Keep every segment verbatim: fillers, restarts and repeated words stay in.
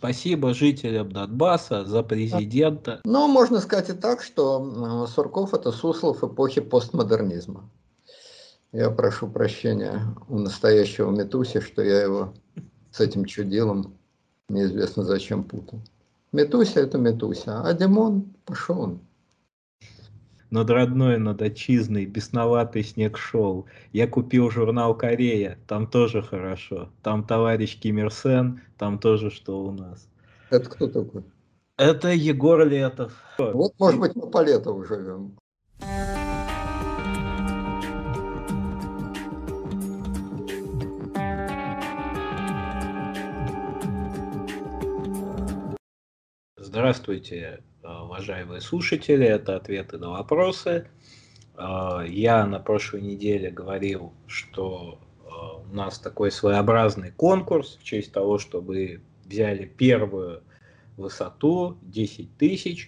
Спасибо жителям Донбасса за президента. Ну, можно сказать и так, что Сурков – это Суслов эпохи постмодернизма. Я прошу прощения у настоящего Метуси, что я его с этим чудилом неизвестно зачем путал. Метуся – это Метуся, а Димон пошел он. Над родной, над отчизной, бесноватый снег шел. Я купил журнал «Корея», там тоже хорошо. Там товарищ Ким Ир Сен, там тоже что у нас. Это кто такой? Это Егор Летов. Вот, может быть, мы по Летову живем. Здравствуйте, уважаемые слушатели, это ответы на вопросы. Я на прошлой неделе говорил, что у нас такой своеобразный конкурс в честь того, что вы взяли первую высоту десять тысяч,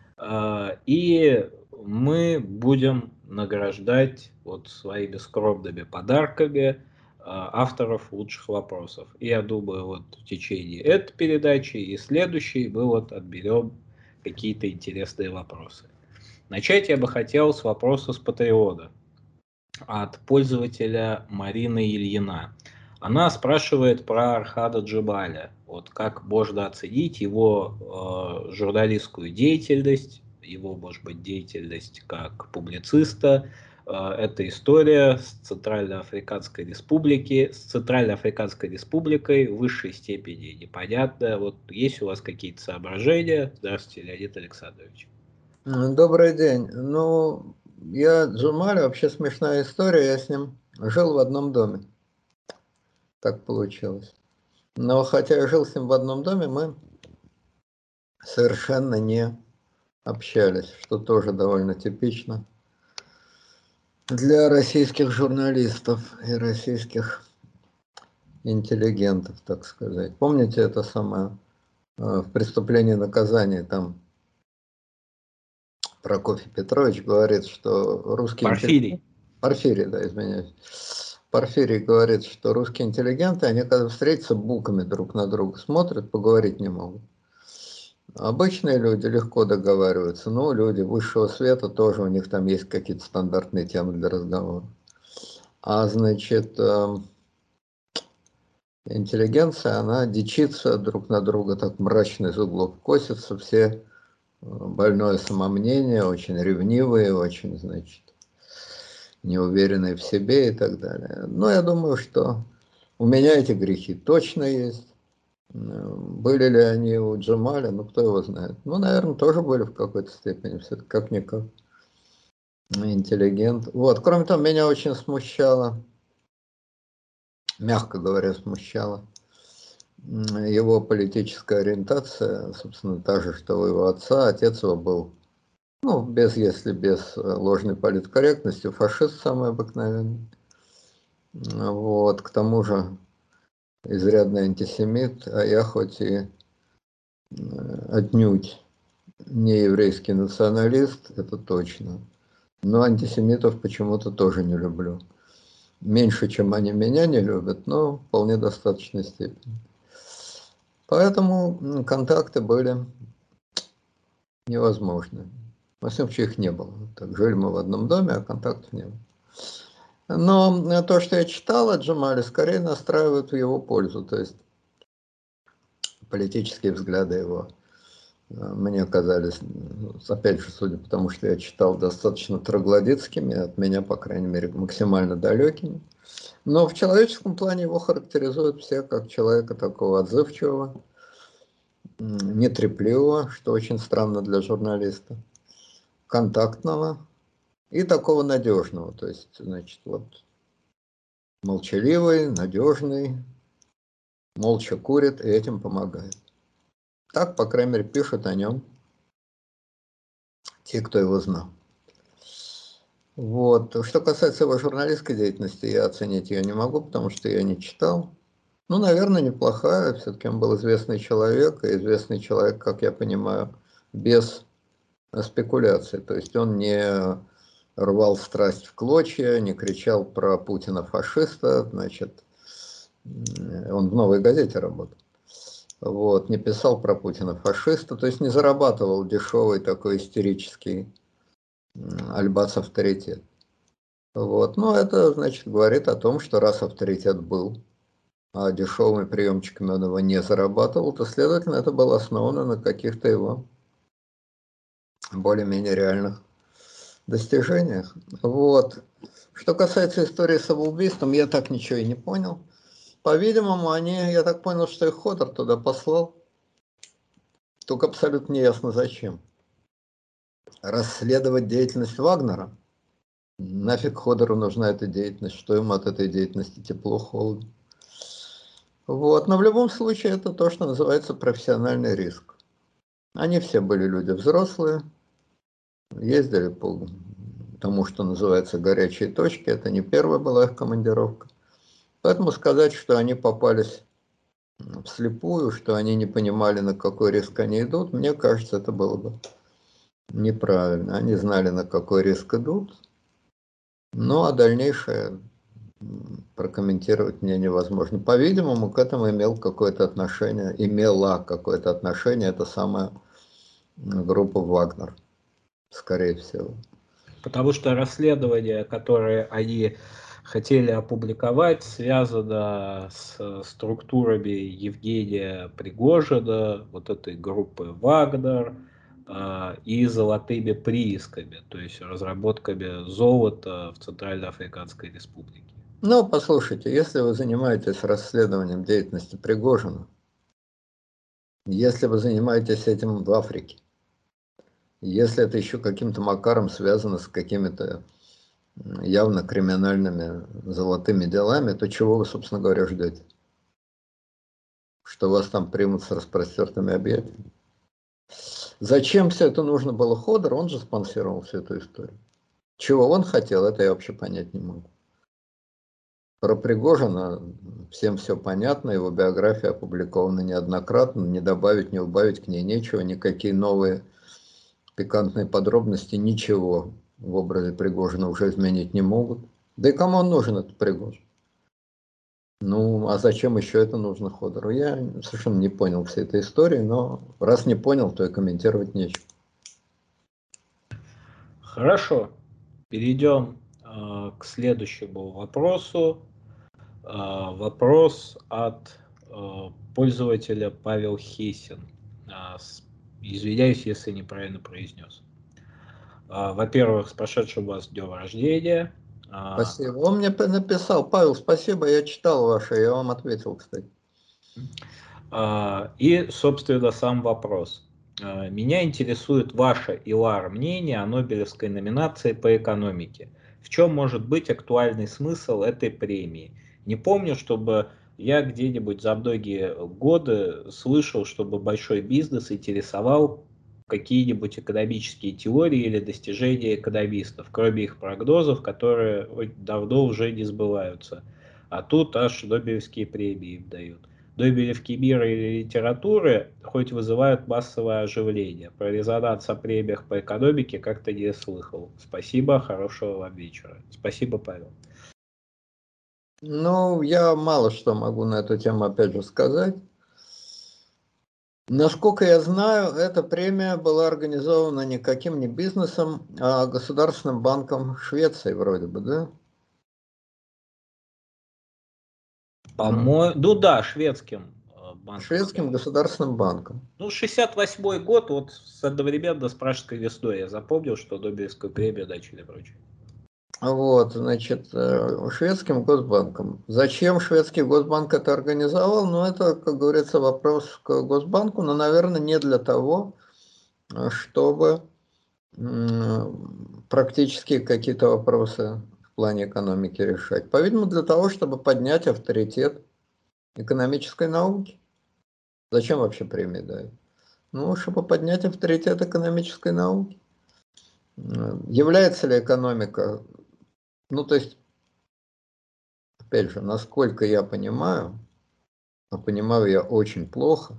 и мы будем награждать вот своими скромными подарками авторов лучших вопросов. И я думаю, вот в течение этой передачи и следующей мы вот отберем какие-то интересные вопросы. Начать я бы хотел с вопроса с Патреона от пользователя Марины Ильина. Она спрашивает про Архада Джебаля. Вот как можно оценить его э, журналистскую деятельность, его, может быть, деятельность как публициста. Э, это история с Центральноафриканской Республики, с Центральноафриканской Республикой в высшей степени непонятно. Вот есть у вас какие-то соображения? Здравствуйте, Леонид Александрович. Добрый день. Ну, я Джумаль, вообще смешная история, я с ним жил в одном доме. Так получилось. Но хотя я жил с ним в одном доме, мы совершенно не общались, что тоже довольно типично для российских журналистов и российских интеллигентов, так сказать. Помните это самое в «Преступлении и наказании» там Прокофий Петрович говорит, что русские Порфирий. Порфирий, да, извиняюсь. Порфирий говорит, что русские интеллигенты, они когда встретятся буками друг на друга, смотрят, поговорить не могут. Обычные люди легко договариваются, но люди высшего света тоже, у них там есть какие-то стандартные темы для разговора. А значит, интеллигенция, она дичится друг на друга, так мрачно из углов косится, все больное самомнение, очень ревнивые, очень, значит, неуверенные в себе и так далее. Но я думаю, что у меня эти грехи точно есть. Были ли они у Джамаля, ну кто его знает. Ну, наверное, тоже были в какой-то степени, все-таки как-никак интеллигент. Вот, кроме того, меня очень смущало, мягко говоря, смущало его политическая ориентация, собственно, та же, что у его отца. Отец его был, ну, без, если без ложной политкорректности, фашист самый обыкновенный. Вот, к тому же изрядный антисемит, а я хоть и отнюдь не еврейский националист, это точно, но антисемитов почему-то тоже не люблю. Меньше, чем они меня не любят, но в вполне достаточной степени. Поэтому контакты были невозможны. Во всяком случае, их не было. Так, жили мы в одном доме, а контактов не было. Но то, что я читал о Джамале, скорее настраивает в его пользу. То есть политические взгляды его мне казались, опять же, судя по тому, что я читал, достаточно троглодитскими, от меня, по крайней мере, максимально далекими. Но в человеческом плане его характеризуют все как человека такого отзывчивого, нетрепливого, что очень странно для журналиста, контактного и такого надежного. То есть, значит, вот молчаливый, надежный, молча курит и этим помогает. Так, по крайней мере, пишут о нем те, кто его знал. Вот. Что касается его журналистской деятельности, я оценить ее не могу, потому что я не читал. Ну, наверное, неплохая. Все-таки он был известный человек, и известный человек, как я понимаю, без спекуляций. То есть он не рвал страсть в клочья, не кричал про Путина фашиста, значит, он в «Новой газете» работал. вот, не писал про Путина фашиста, то есть не зарабатывал дешевый такой истерический альбац-авторитет. Вот. Но это, значит, говорит о том, что раз авторитет был, а дешевыми приемчиками он его не зарабатывал, то, следовательно, это было основано на каких-то его более-менее реальных достижениях. Вот. Что касается истории с самоубийством, я так ничего и не понял. По-видимому, они, я так понял, что их Ходор туда послал, только абсолютно не ясно зачем. Расследовать деятельность Вагнера? Нафиг Ходору нужна эта деятельность, что ему от этой деятельности тепло, холодно. Вот, но в любом случае это то, что называется профессиональный риск. Они все были люди взрослые, ездили по тому, что называется горячие точки, это не первая была их командировка. Поэтому сказать, что они попались вслепую, что они не понимали, на какой риск они идут, мне кажется, это было бы неправильно. Они знали, на какой риск идут, ну а дальнейшее прокомментировать мне невозможно. По-видимому, к этому имел какое-то отношение, имела какое-то отношение эта самая группа Вагнер, скорее всего. Потому что расследование, которое они хотели опубликовать, связано с структурами Евгения Пригожина, вот этой группы Вагнер, и золотыми приисками, то есть разработками золота в Центральноафриканской Республике. Ну, послушайте, если вы занимаетесь расследованием деятельности Пригожина, если вы занимаетесь этим в Африке, если это еще каким-то макаром связано с какими-то явно криминальными золотыми делами, то чего вы, собственно говоря, ждете? Что вас там примут с распростертыми объятиями? Зачем все это нужно было Ходору? Он же спонсировал всю эту историю. Чего он хотел, это я вообще понять не могу. Про Пригожина всем все понятно, его биография опубликована неоднократно, не добавить, не убавить к ней нечего, никакие новые пикантные подробности, ничего в образе Пригожина уже изменить не могут. Да и кому он нужен, этот Пригожин? Ну, а зачем еще это нужно Ходору? Я совершенно не понял всей этой истории, но раз не понял, то и комментировать нечего. Хорошо, перейдем э, к следующему вопросу. Э, вопрос от э, пользователя Павел Хесин. Э, с, извиняюсь, если неправильно произнес. Э, во-первых, с прошедшим вас днем рождения. Спасибо. Он мне написал: Павел, спасибо, я читал ваше, я вам ответил, кстати. И, собственно, сам вопрос. Меня интересует ваше, Илар, мнение о Нобелевской номинации по экономике. В чем может быть актуальный смысл этой премии? Не помню, чтобы я где-нибудь за многие годы слышал, чтобы большой бизнес интересовал какие-нибудь экономические теории или достижения экономистов, кроме их прогнозов, которые давно уже не сбываются. А тут аж Нобелевские премии им дают. Нобелевки мира или литературы хоть вызывают массовое оживление. Про резонанс о премиях по экономике как-то не слыхал. Спасибо, хорошего вам вечера. Спасибо, Павел. Ну, я мало что могу на эту тему опять же сказать. Насколько я знаю, эта премия была организована не каким не бизнесом, а Государственным банком Швеции вроде бы, да? По-моему, ну да, шведским банком. Шведским государственным банком. Ну, шестьдесят восьмой год, вот одновременно с Пражской весной, я запомнил, что Нобелевскую премию начали вручать. Вот, значит, шведским Госбанком. Зачем шведский Госбанк это организовал? Ну, это, как говорится, вопрос к Госбанку, но, наверное, не для того, чтобы практически какие-то вопросы в плане экономики решать. По-видимому, для того, чтобы поднять авторитет экономической науки. Зачем вообще премии дают? Ну, чтобы поднять авторитет экономической науки. Является ли экономика, ну, то есть, опять же, насколько я понимаю, а понимаю я очень плохо,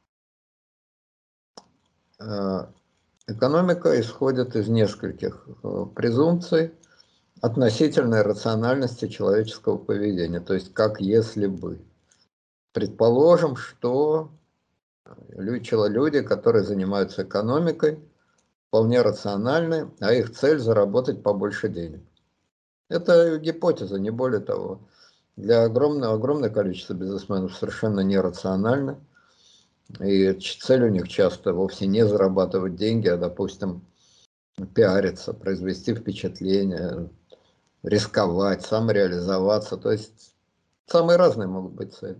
экономика исходит из нескольких презумпций относительной рациональности человеческого поведения, то есть как если бы. Предположим, что Люди, которые занимаются экономикой, вполне рациональны, а их цель заработать побольше денег. Это гипотеза, не более того. Для огромного, огромное количества бизнесменов совершенно нерационально. И цель у них часто вовсе не зарабатывать деньги, а, допустим, пиариться, произвести впечатление, рисковать, самореализоваться. То есть самые разные могут быть цели.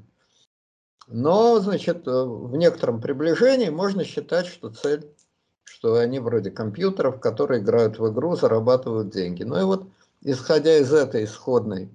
Но, значит, в некотором приближении можно считать, что цель, что они вроде компьютеров, которые играют в игру, зарабатывают деньги. Ну и вот, исходя из этой исходной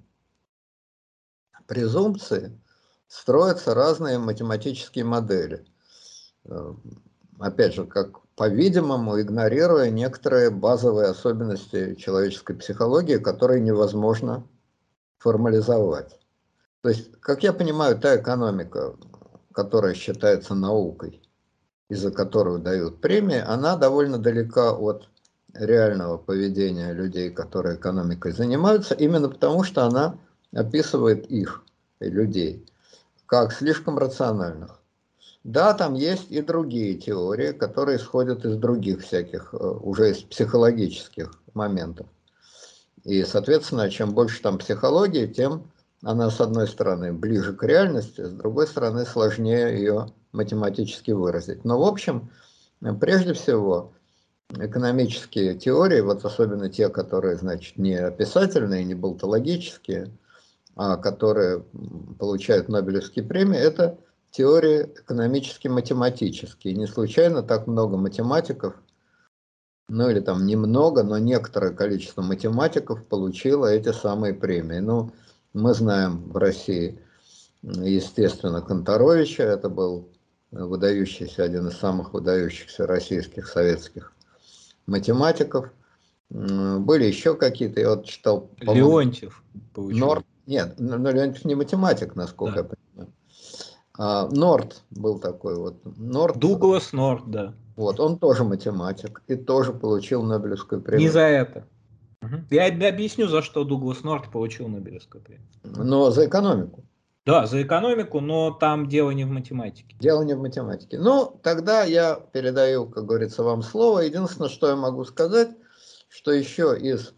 презумпции, строятся разные математические модели. Опять же, как, по-видимому, игнорируя некоторые базовые особенности человеческой психологии, которые невозможно формализовать. То есть, как я понимаю, та экономика, которая считается наукой, из-за которой дают премии, она довольно далека от реального поведения людей, которые экономикой занимаются, именно потому, что она описывает их, людей, как слишком рациональных. Да, там есть и другие теории, которые исходят из других всяких, уже из психологических моментов. И, соответственно, чем больше там психологии, тем она, с одной стороны, ближе к реальности, с другой стороны, сложнее ее математически выразить. Но, в общем, прежде всего, экономические теории, вот особенно те, которые, значит, не описательные, не болтологические, а которые получают Нобелевские премии, это теории экономически-математические. Не случайно так много математиков, ну или там немного, но некоторое количество математиков получило эти самые премии. Ну, мы знаем в России, естественно, Канторовича, это был выдающийся, один из самых выдающихся российских советских математиков. Были еще какие-то, я вот читал, по-моему, Леонтьев получил. Норт, нет, но Леонтьев не математик, насколько да. я понимаю. А, Норт был такой вот. Норт, Дуглас Норт, да. Вот, он тоже математик и тоже получил Нобелевскую премию. Не за это. Угу. Я объясню, за что Дуглас Норт получил Нобелевскую премию. Но за экономику. Да, за экономику, но там дело не в математике. Дело не в математике. Ну, тогда я передаю, как говорится, вам слово. Единственное, что я могу сказать, что еще из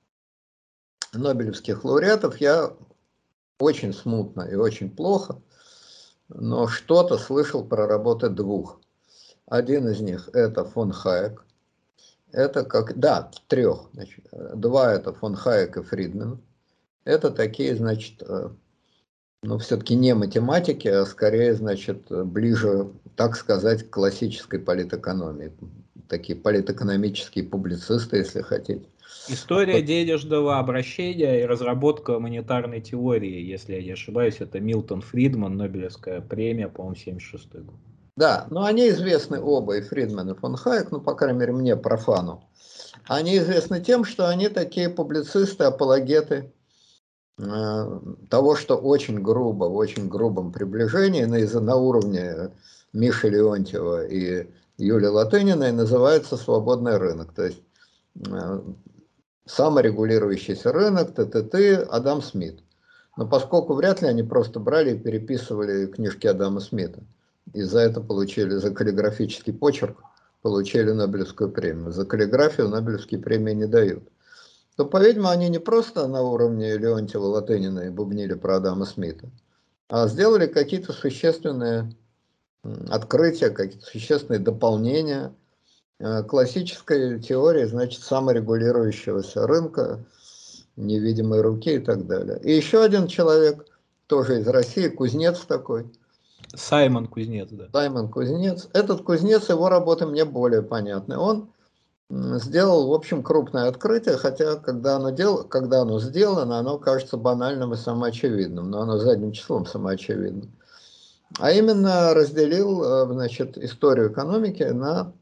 нобелевских лауреатов я очень смутно и очень плохо, но что-то слышал про работы двух. Один из них это фон Хайек. Это как, да, трех. Значит, два это фон Хайек и Фридман. Это такие, значит, ну, все-таки не математики, а скорее, значит, ближе, так сказать, к классической политэкономии. Такие политэкономические публицисты, если хотите. История денежного обращения и разработка монетарной теории, если я не ошибаюсь, это Милтон Фридман, Нобелевская премия, по-моему, семьдесят шестой год. Да, но они известны оба, и Фридман, и фон Хайек, ну, по крайней мере, мне, профану. Они известны тем, что они такие публицисты, апологеты э, того, что очень грубо, в очень грубом приближении, на, на уровне Миши Леонтьева и Юлии Латыниной называется свободный рынок. То есть э, саморегулирующийся рынок, ТТТ, Адам Смит. Но поскольку вряд ли они просто брали и переписывали книжки Адама Смита, и за это получили, за каллиграфический почерк, получили Нобелевскую премию. За каллиграфию Нобелевские премии не дают. То, по-видимому, они не просто на уровне Леонтьева, Латынина и бубнили про Адама Смита, а сделали какие-то существенные открытия, какие-то существенные дополнения классической теории, значит, саморегулирующегося рынка, невидимой руки и так далее. И еще один человек, тоже из России, кузнец такой. Саймон Кузнец, да. Саймон Кузнец. Этот кузнец, его работы мне более понятны. Он сделал, в общем, крупное открытие, хотя, когда оно, дел... когда оно сделано, оно кажется банальным и самоочевидным, но оно задним числом самоочевидным. А именно разделил, значит, историю экономики на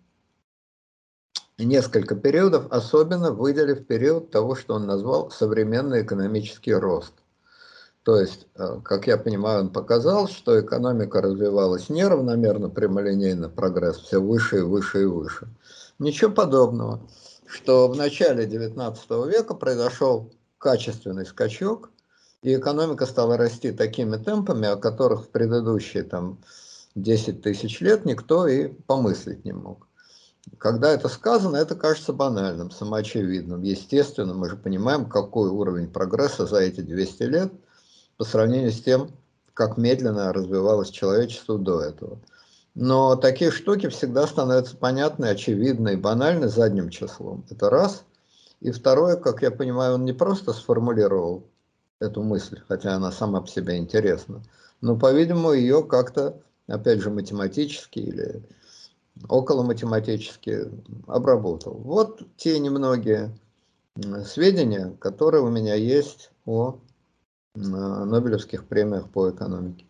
несколько периодов, особенно выделив период того, что он назвал современный экономический рост. То есть, как я понимаю, он показал, что экономика развивалась неравномерно, прямолинейно, прогресс все выше и выше и выше. Ничего подобного, что в начале девятнадцатого века произошел качественный скачок, и экономика стала расти такими темпами, о которых в предыдущие там десять тысяч лет никто и помыслить не мог. Когда это сказано, это кажется банальным, самоочевидным. Естественно, мы же понимаем, какой уровень прогресса за эти двести лет по сравнению с тем, как медленно развивалось человечество до этого. Но такие штуки всегда становятся понятны, очевидны и банальны задним числом. Это раз. И второе, как я понимаю, он не просто сформулировал эту мысль, хотя она сама по себе интересна, но, по-видимому, ее как-то, опять же, математически или около математически обработал. Вот те немногие сведения, которые у меня есть о Нобелевских премиях по экономике.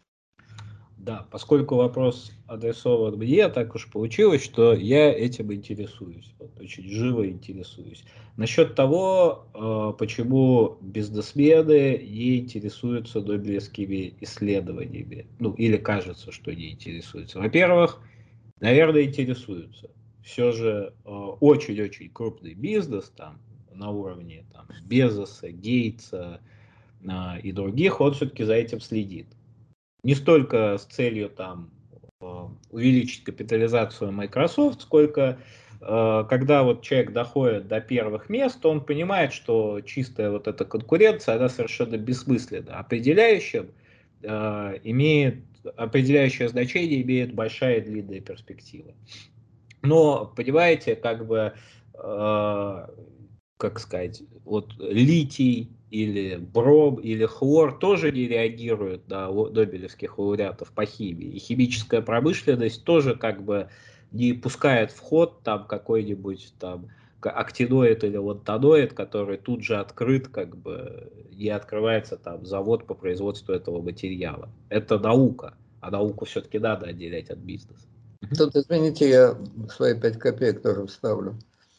Да, поскольку вопрос адресован мне, так уж получилось, что я этим интересуюсь, вот, очень живо интересуюсь. Насчет того, э, почему бизнесмены не интересуются нобелевскими исследованиями, ну или кажется, что не интересуются. Во-первых, наверное, интересуются. Все же э, очень-очень крупный бизнес там на уровне там, Безоса, Гейтса э, и других, он все-таки за этим следит. Не столько с целью там увеличить капитализацию Microsoft, сколько э, когда вот человек доходит до первых мест, он понимает, что чистая вот эта конкуренция, она совершенно бессмысленна. Определяющим э, имеет, определяющее значение имеет большая и длинная перспектива. Но, понимаете, как бы, э, как сказать, вот литий или бром или хлор тоже не реагируют на нобелевских лауреатов по химии. И химическая промышленность тоже как бы не пускает в ход там какой-нибудь там актиноид или лантаноид, который тут же открыт, как бы и открывается там завод по производству этого материала. Это наука, а науку все-таки надо отделять от бизнеса. Тут, извините, я свои пять копеек тоже вставлю.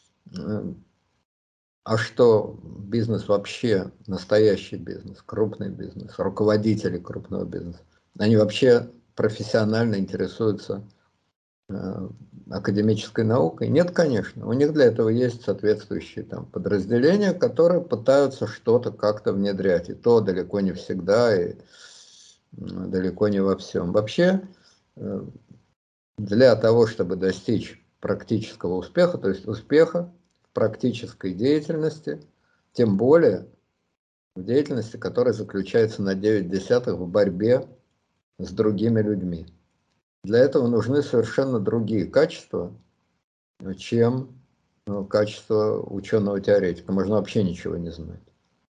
А что бизнес вообще, настоящий бизнес, крупный бизнес, руководители крупного бизнеса, они вообще профессионально интересуются э, академической наукой? Нет, конечно. У них для этого есть соответствующие там подразделения, которые пытаются что-то как-то внедрять. И то далеко не всегда, и далеко не во всем. Вообще, э, для того, чтобы достичь практического успеха, то есть успеха в практической деятельности, тем более в деятельности, которая заключается на девять десятых в борьбе с другими людьми. Для этого нужны совершенно другие качества, чем ну, качество ученого-теоретика. Можно вообще ничего не знать.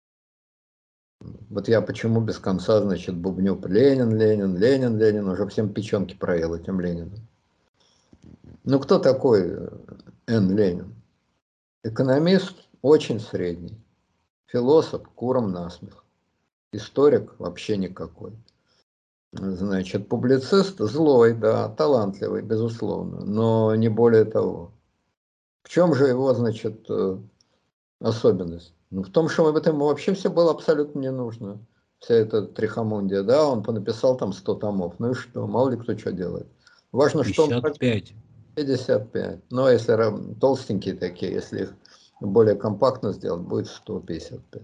Вот я почему без конца, значит, бубню Ленин, Ленин, Ленин, Ленин, уже всем печенки проел этим Лениным. Ну, кто такой Н. Ленин? Экономист очень средний, философ куром насмех, историк вообще никакой. Значит, публицист злой, да, талантливый, безусловно, но не более того. В чем же его, значит, особенность? Ну, в том, что об этом ему вообще все было абсолютно не нужно. Вся эта трихомундия, да, он понаписал там сто томов, ну и что, мало ли кто что делает. Важно, что он... пятьдесят пять. пятьдесят пять. Но если толстенькие такие, если их более компактно сделать, будет сто пятьдесят пять.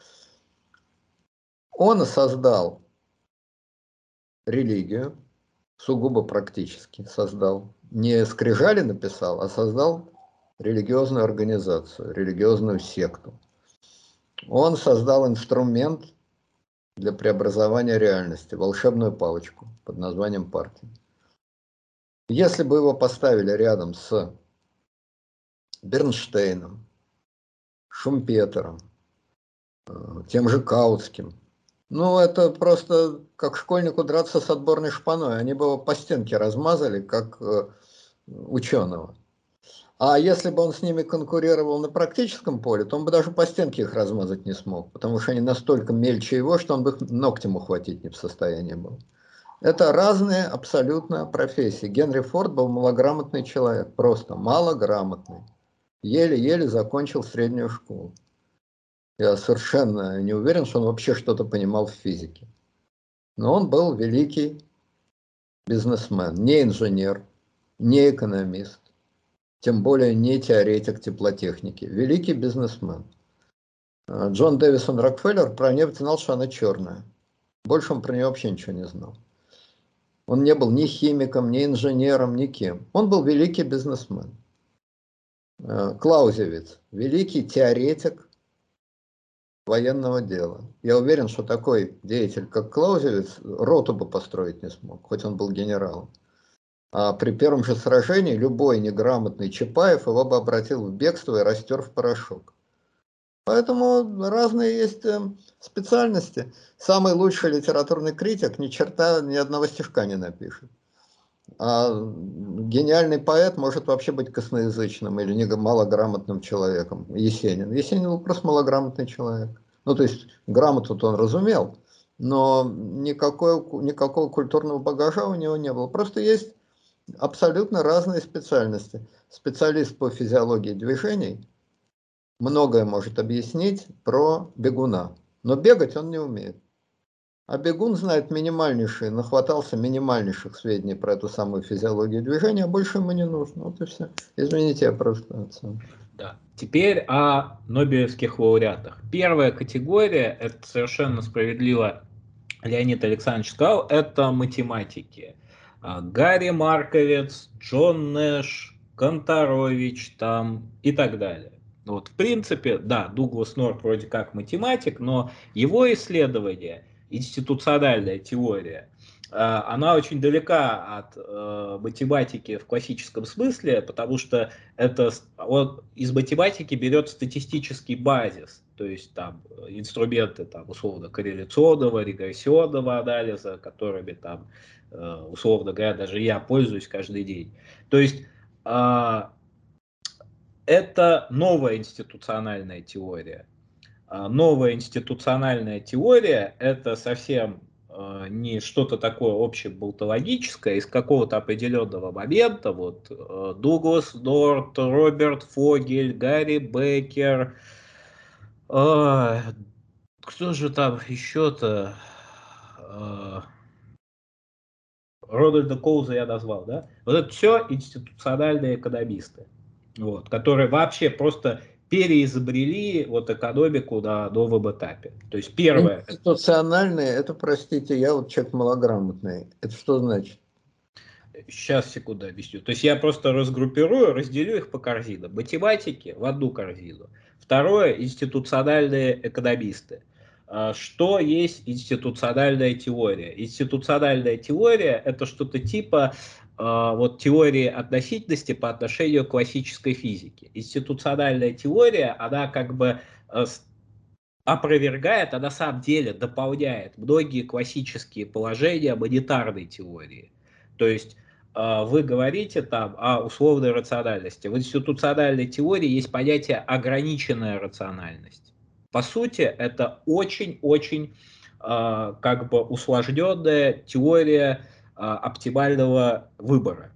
Он создал религию, сугубо практически создал. Не скрижали написал, а создал религиозную организацию, религиозную секту. Он создал инструмент для преобразования реальности, волшебную палочку под названием партия. Если бы его поставили рядом с Бернштейном, Шумпетером, тем же Каутским, ну, это просто как школьнику драться с отборной шпаной. Они бы его по стенке размазали, как ученого. А если бы он с ними конкурировал на практическом поле, то он бы даже по стенке их размазать не смог, потому что они настолько мельче его, что он бы их ногтем ухватить не в состоянии был. Это разные абсолютно профессии. Генри Форд был малограмотный человек, просто малограмотный. Еле-еле закончил среднюю школу. Я совершенно не уверен, что он вообще что-то понимал в физике. Но он был великий бизнесмен, не инженер, не экономист, тем более не теоретик теплотехники, великий бизнесмен. Джон Дэвисон Рокфеллер про нефть знал, что она черная. Больше он про нее вообще ничего не знал. Он не был ни химиком, ни инженером, ни кем. Он был великий бизнесмен. Клаузевиц, великий теоретик военного дела. Я уверен, что такой деятель, как Клаузевиц, роту бы построить не смог, хоть он был генералом. А при первом же сражении любой неграмотный Чапаев его бы обратил в бегство и растер в порошок. Поэтому разные есть специальности. Самый лучший литературный критик ни черта, ни одного стишка не напишет. А гениальный поэт может вообще быть косноязычным или малограмотным человеком. Есенин. Есенин был просто малограмотный человек. Ну, то есть, грамоту-то он разумел, но никакой, никакого культурного багажа у него не было. Просто есть абсолютно разные специальности. Специалист по физиологии движений многое может объяснить про бегуна, но бегать он не умеет. А бегун знает минимальнейшие, нахватался минимальнейших сведений про эту самую физиологию движения, а больше ему не нужно. Вот и все. Извините, я просто... Да. Теперь о нобелевских лауреатах. Первая категория, это совершенно справедливо Леонид Александрович сказал, это математики. Гарри Марковец, Джон Нэш, Конторович там и так далее. Вот, в принципе, да, Дуглас Норт вроде как математик, но его исследование, институциональная теория, она очень далека от э, математики в классическом смысле, потому что это вот, из математики берет статистический базис, то есть там инструменты там, условно корреляционного, регрессионного анализа, которыми там э, условно говоря даже я пользуюсь каждый день. То есть э, это новая институциональная теория. Новая институциональная теория – это совсем э, не что-то такое общеболтологическое из какого-то определенного момента. Вот э, Дуглас Норт, Роберт Фогель, Гарри Беккер, э, кто же там еще-то? Э, Рональда Коуза я назвал, да? Вот это все институциональные экономисты, вот, которые вообще просто переизобрели вот экономику на новом этапе. То есть первое... Институциональные, это, простите, я вот человек малограмотный. Это что значит? Сейчас, секунду, объясню. То есть я просто разгруппирую, разделю их по корзинам. Математики в одну корзину. Второе, институциональные экономисты. Что есть институциональная теория? Институциональная теория – это что-то типа вот теории относительности по отношению к классической физике. Институциональная теория, она как бы опровергает, а на самом деле дополняет многие классические положения монетарной теории. То есть вы говорите там о условной рациональности. В институциональной теории есть понятие ограниченная рациональность. По сути, это очень-очень как бы усложненная теория оптимального выбора.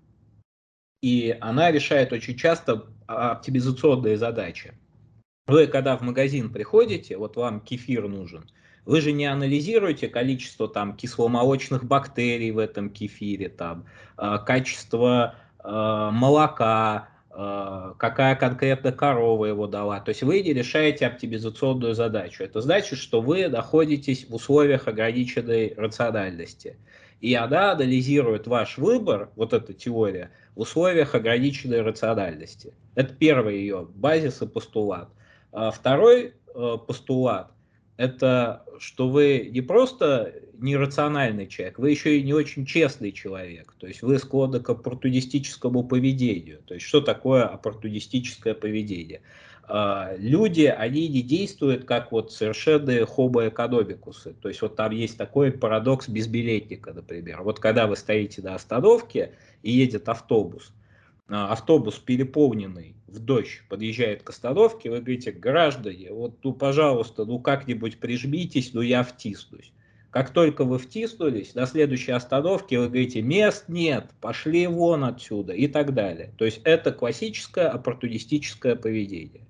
И она решает очень часто оптимизационные задачи. Вы, когда в магазин приходите, вот вам кефир нужен, вы же не анализируете количество там кисломолочных бактерий в этом кефире, там, э, качество э, молока, э, какая конкретно корова его дала. То есть вы не решаете оптимизационную задачу. Это значит, что вы находитесь в условиях ограниченной рациональности. И она анализирует ваш выбор, вот эта теория, в условиях ограниченной рациональности. Это первый ее базис и постулат. Второй постулат – это что вы не просто нерациональный человек, вы еще и не очень честный человек. То есть вы склонны к оппортунистическому поведению. То есть что такое оппортунистическое поведение? Люди, они не действуют как вот совершенные homo economicus. То есть вот там есть такой парадокс безбилетника, например. Вот когда вы стоите на остановке и едет автобус, автобус переполненный в дождь подъезжает к остановке, вы говорите: граждане, вот ну пожалуйста, ну как-нибудь прижмитесь, ну я втиснусь. Как только вы втиснулись, на следующей остановке вы говорите: мест нет, пошли вон отсюда и так далее. То есть это классическое оппортунистическое поведение.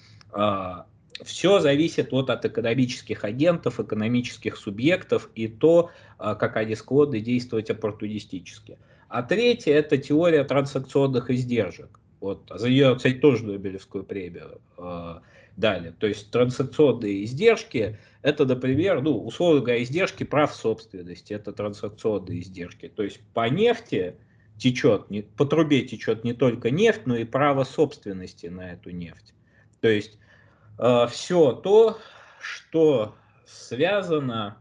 Все зависит вот от экономических агентов, экономических субъектов и то, как они склонны действовать оппортунистически. А третье – это теория трансакционных издержек. Вот, за нее, кстати, тоже Нобелевскую премию далее. То есть транзакционные издержки – это, например, ну, условно говоря, издержки прав собственности, это транзакционные издержки. То есть по нефти течет, по трубе течет не только нефть, но и право собственности на эту нефть. То есть э, все то, что связано,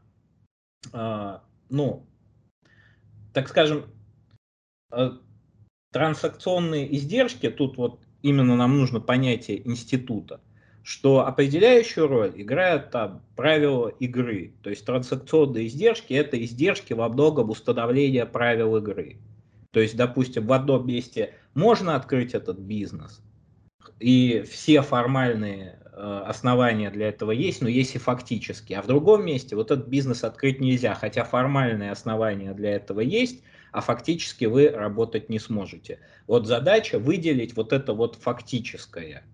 э, ну, так скажем, э, транзакционные издержки, тут вот именно нам нужно понятие института, что определяющую роль играют там правила игры. То есть транзакционные издержки – это издержки во многом установления правил игры. То есть, допустим, в одном месте можно открыть этот бизнес, и все формальные э, основания для этого есть, но есть и фактические. А в другом месте вот этот бизнес открыть нельзя, хотя формальные основания для этого есть, а фактически вы работать не сможете. Вот задача выделить вот это вот фактическое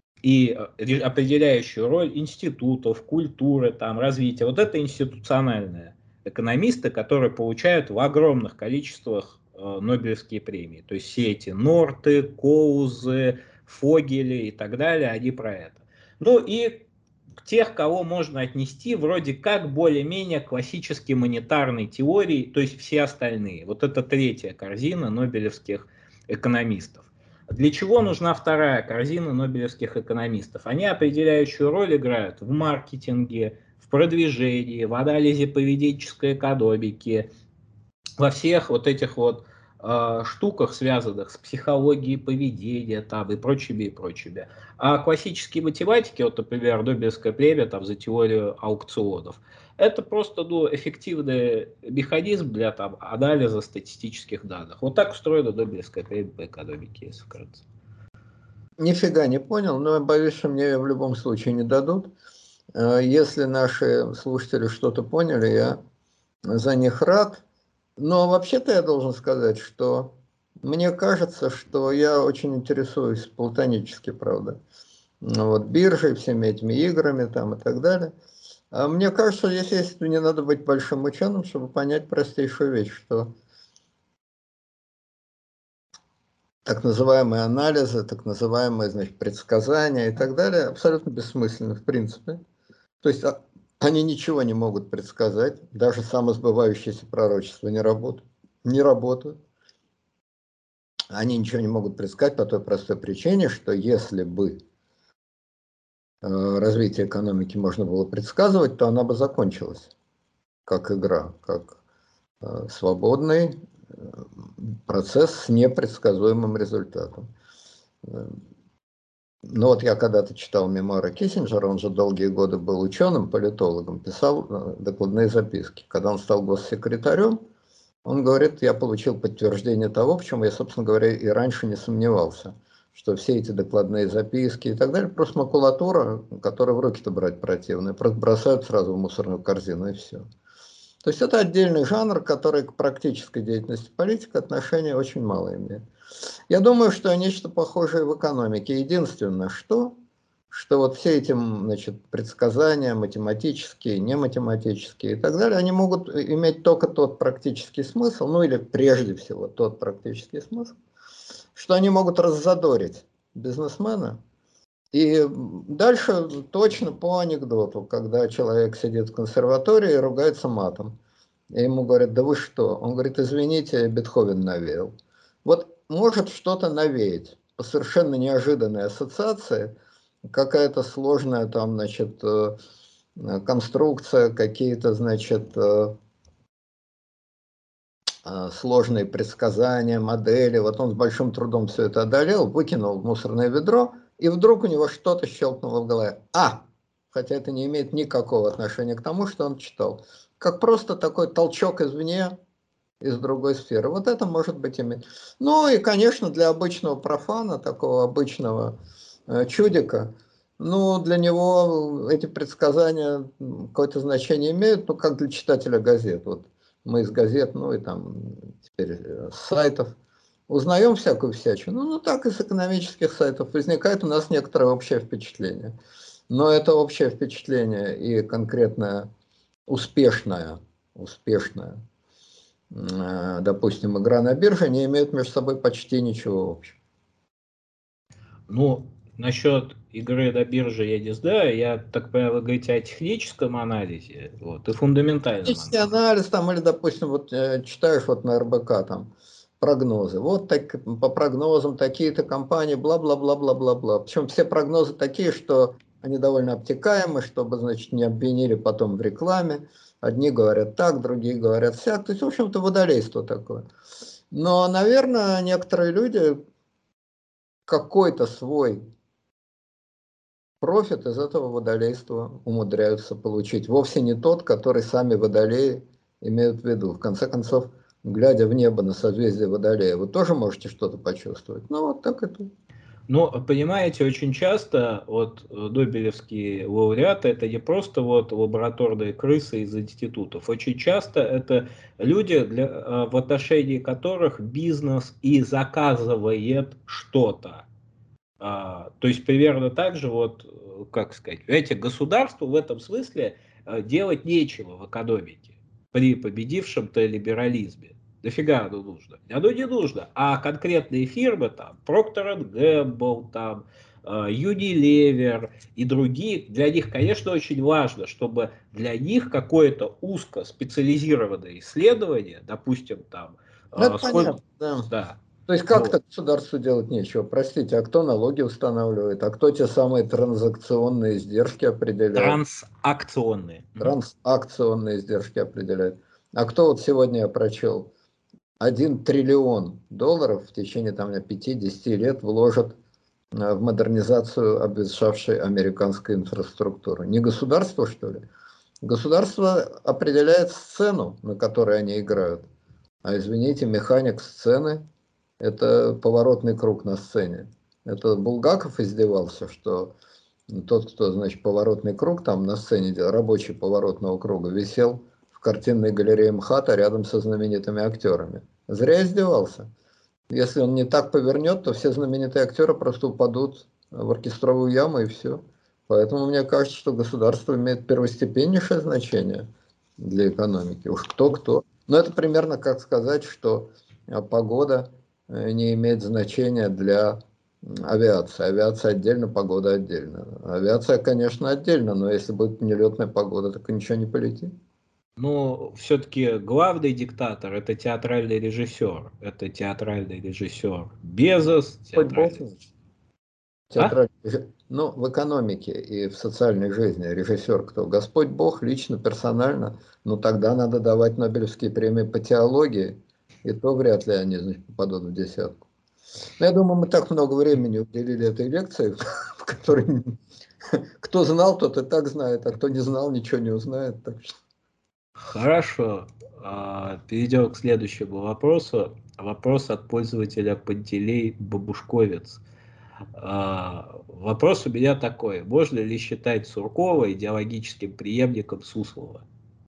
и определяющую роль институтов, культуры, там, развития. Вот это институциональные экономисты, которые получают в огромных количествах э, Нобелевские премии. То есть все эти Норты, Коузы, Фогели и так далее, они про это. Ну и тех, кого можно отнести вроде как более-менее классической монетарной теории, то есть все остальные. Вот это третья корзина нобелевских экономистов. Для чего нужна вторая корзина нобелевских экономистов? Они определяющую роль играют в маркетинге, в продвижении, в анализе поведенческой экономики, во всех вот этих вот э, штуках, связанных с психологией поведения там, и прочими, и прочими. А классические математики, вот, например, Нобелевская премия там, за теорию аукционов, это просто ну, эффективный механизм для там, анализа статистических данных. Вот так устроена Нобелевская премия по экономике, если вкратце. Нифига не понял, но боюсь, что мне в любом случае не дадут. Если наши слушатели что-то поняли, я за них рад. Но вообще-то я должен сказать, что мне кажется, что я очень интересуюсь платонически, правда, вот, биржей, всеми этими играми там и так далее. А мне кажется, здесь есть, не надо быть большим ученым, чтобы понять простейшую вещь, что так называемые анализы, так называемые, значит, предсказания и так далее абсолютно бессмысленны в принципе. То есть они ничего не могут предсказать, даже самосбывающиеся пророчества не работают. Не работают. Они ничего не могут предсказать по той простой причине, что если бы развитие экономики можно было предсказывать, то она бы закончилась как игра, как свободный процесс с непредсказуемым результатом. Ну вот я когда-то читал мемуары Киссинджера, он же долгие годы был ученым, политологом, писал докладные записки. Когда он стал госсекретарем, он говорит, я получил подтверждение того, в чем я, собственно говоря, и раньше не сомневался, что все эти докладные записки и так далее, просто макулатура, которую в руки-то брать противно, просто бросают сразу в мусорную корзину и все. То есть это отдельный жанр, который к практической деятельности политика отношения очень мало имеет. Я думаю, что нечто похожее в экономике. Единственное, что, что вот все эти, значит, предсказания математические, нематематические и так далее, они могут иметь только тот практический смысл, ну или прежде всего тот практический смысл, что они могут раззадорить бизнесмена. И дальше точно по анекдоту, когда человек сидит в консерватории и ругается матом. И ему говорят, да вы что? Он говорит, извините, Бетховен навеял. Вот может что-то навеять по совершенно неожиданной ассоциации, какая-то сложная там, значит, конструкция, какие-то, значит, сложные предсказания, модели. Вот он с большим трудом все это одолел, выкинул в мусорное ведро, и вдруг у него что-то щелкнуло в голове. А! Хотя это не имеет никакого отношения к тому, что он читал. Как просто такой толчок извне, из другой сферы. Вот это может быть иметь. Ну и, конечно, для обычного профана, такого обычного э, чудика, ну, для него эти предсказания какое-то значение имеют, ну, как для читателя газет. Вот мы из газет, ну и там теперь с сайтов узнаем всякую всячину. Ну, ну, так и с экономических сайтов возникает у нас некоторое общее впечатление. Но это общее впечатление и конкретное успешное, успешное, допустим, игра на бирже, не имеют между собой почти ничего общего. Ну, насчет игры на бирже я не знаю. Я так понимаю, вы говорите о техническом анализе, вот, и фундаментальном Технический анализе. анализ там, или, допустим, вот э, читаешь вот на эр бэ ка там прогнозы. Вот так, по прогнозам такие-то компании, бла-бла-бла-бла-бла-бла. Причем все прогнозы такие, что они довольно обтекаемы, чтобы, значит, не обвинили потом в рекламе. Одни говорят так, другие говорят сяк. То есть, в общем-то, водолейство такое. Но, наверное, некоторые люди какой-то свой профит из этого водолейства умудряются получить. Вовсе не тот, который сами водолеи имеют в виду. В конце концов, глядя в небо на созвездие Водолея, вы тоже можете что-то почувствовать. Ну, вот так это. Но, понимаете, очень часто вот э, нобелевские лауреаты это не просто вот лабораторные крысы из институтов. Очень часто это люди, для, э, в отношении которых бизнес и заказывает что-то. А, то есть примерно так же, вот, э, как сказать, эти государству в этом смысле э, делать нечего в экономике при победившем-то либерализме. Дофига оно нужно? Оно не нужно. А конкретные фирмы, там, Procter энд Gamble, там, э, Unilever и другие, для них, конечно, очень важно, чтобы для них какое-то узко специализированное исследование, допустим, там, Ну, э, это сколько, понятно, да. да, То есть вот, как-то государству делать нечего. Простите, а кто налоги устанавливает? А кто те самые транзакционные издержки определяет? трансакционные. Мгм. Трансакционные издержки определяет. А кто вот сегодня я прочел? Один триллион долларов в течение там, пяти-десяти лет вложат э, в модернизацию обветшавшей американской инфраструктуры. Не государство, что ли? Государство определяет сцену, на которой они играют. А извините, механик сцены – это поворотный круг на сцене. Это Булгаков издевался, что тот, кто, значит, поворотный круг там на сцене, рабочий поворотного круга, висел в картинной галерее МХАТа рядом со знаменитыми актерами. Зря издевался. Если он не так повернет, то все знаменитые актеры просто упадут в оркестровую яму и все. Поэтому мне кажется, что государство имеет первостепеннейшее значение для экономики. Уж кто-кто. Но это примерно как сказать, что а, погода э, не имеет значения для м, авиации. Авиация отдельно, погода отдельно. Авиация, конечно, отдельно, но если будет нелетная погода, так и ничего не полетит. Но все-таки главный диктатор это театральный режиссер. Это театральный режиссер Безос, Хоть бог. театральный. А? Театральный, реж- ну, в экономике и в социальной жизни режиссер кто? Господь Бог, лично, персонально. Ну, тогда надо давать Нобелевские премии по теологии, и то вряд ли они, значит, попадут в десятку. Но я думаю, мы так много времени уделили этой лекции, в которой кто знал, тот и так знает, а кто не знал, ничего не узнает. Так что... Хорошо. А, Перейдем к следующему вопросу. Вопрос от пользователя Пантелей Бабушковец. А, Вопрос у меня такой. Можно ли считать Суркова идеологическим преемником Суслова?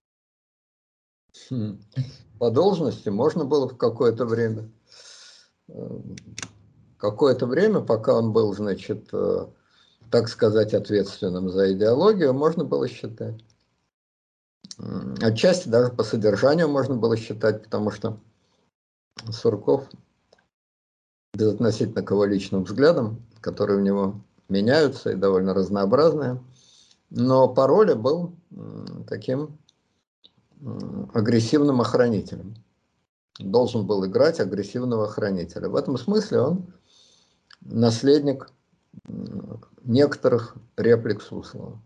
Хм. По должности можно было в какое-то время. Э, Какое-то время, пока он был, значит, э, так сказать, ответственным за идеологию, можно было считать. Отчасти даже по содержанию можно было считать, потому что Сурков, безотносительно к его личным взглядам, которые у него меняются и довольно разнообразные, но по роли был таким агрессивным охранителем. Должен был играть агрессивного охранителя. В этом смысле он наследник некоторых реплик Суслова.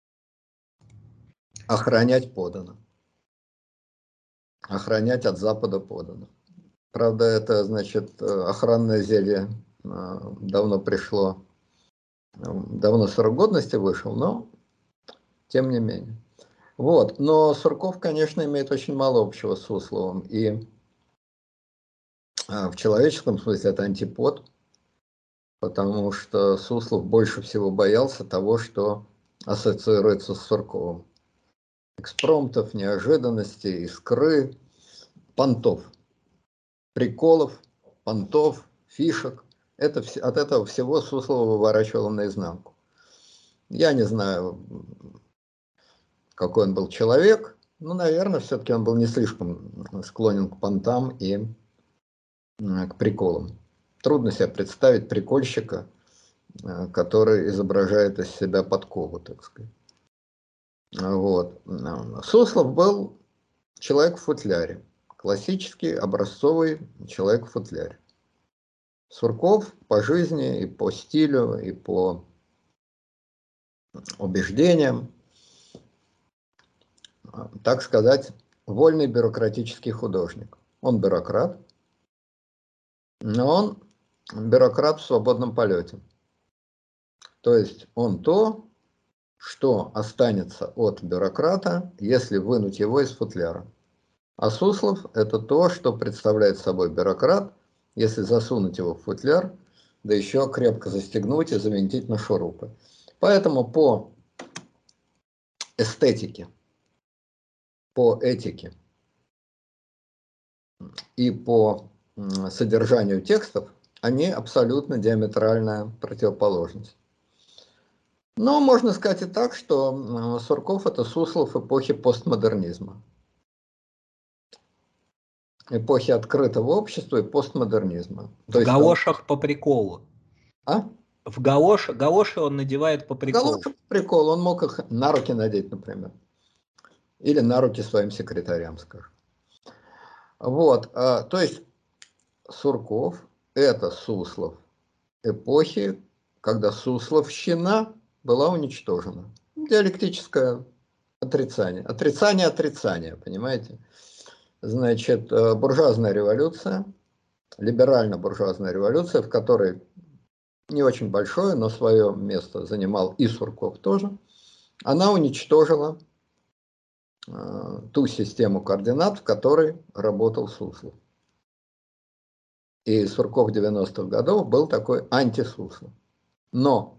Охранять подано. Охранять от Запада подано. Правда, это, значит, охранное зелье давно пришло, давно срок годности вышел, но тем не менее. Вот. Но Сурков, конечно, имеет очень мало общего с Сусловым. И в человеческом смысле это антипод, потому что Суслов больше всего боялся того, что ассоциируется с Сурковым. Экспромтов, неожиданностей, искры, понтов. Приколов, понтов, фишек. Это, от этого всего Суслова выворачивало наизнанку. Я не знаю, какой он был человек, но, наверное, все-таки он был не слишком склонен к понтам и к приколам. Трудно себе представить прикольщика, который изображает из себя подкову, так сказать. Вот. Суслов был человек в футляре, классический образцовый человек в футляре. Сурков по жизни и по стилю, и по убеждениям, так сказать, вольный бюрократический художник. Он бюрократ, но он бюрократ в свободном полете. То есть он то, что останется от бюрократа, если вынуть его из футляра. А Суслов – это то, что представляет собой бюрократ, если засунуть его в футляр, да еще крепко застегнуть и завинтить на шурупы. Поэтому по эстетике, по этике и по содержанию текстов они абсолютно диаметральная противоположность. Но можно сказать и так, что Сурков – это Суслов эпохи постмодернизма. Эпохи открытого общества и постмодернизма. В галошах он... по приколу. А? В галош... галоши он надевает по приколу. Галоши по приколу. Он мог их на руки надеть, например. Или на руки своим секретарям, скажем. Вот. А, то есть Сурков – это Суслов эпохи, когда сусловщина была уничтожена. Диалектическое отрицание. Отрицание отрицания, понимаете? Значит, буржуазная революция, либерально-буржуазная революция, в которой не очень большое, но свое место занимал и Сурков тоже, она уничтожила э, ту систему координат, в которой работал Суслов. И Сурков девяностых годов был такой антисуслов. Но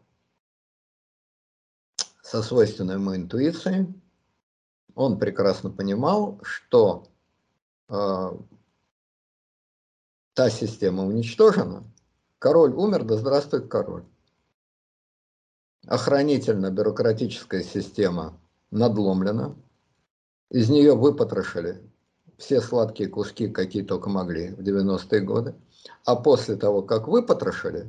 со свойственной ему интуицией он прекрасно понимал, что э, та система уничтожена, король умер, да здравствует король. Охранительно-бюрократическая система надломлена, из нее выпотрошили все сладкие куски, какие только могли в девяностые годы, а после того, как выпотрошили,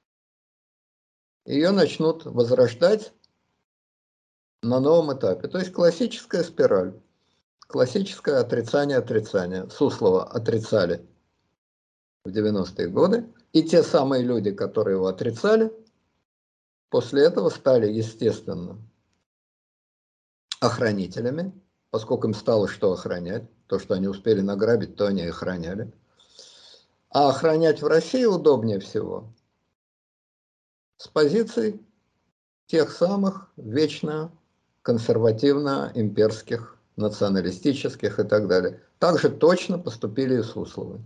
ее начнут возрождать на новом этапе. То есть классическая спираль, классическое отрицание-отрицание. Суслова отрицали в девяностые годы, и те самые люди, которые его отрицали, после этого стали, естественно, охранителями, поскольку им стало что охранять. То, что они успели награбить, то они и охраняли. А охранять в России удобнее всего с позиций тех самых вечно консервативно-имперских, националистических и так далее. Также точно поступили и Сусловы.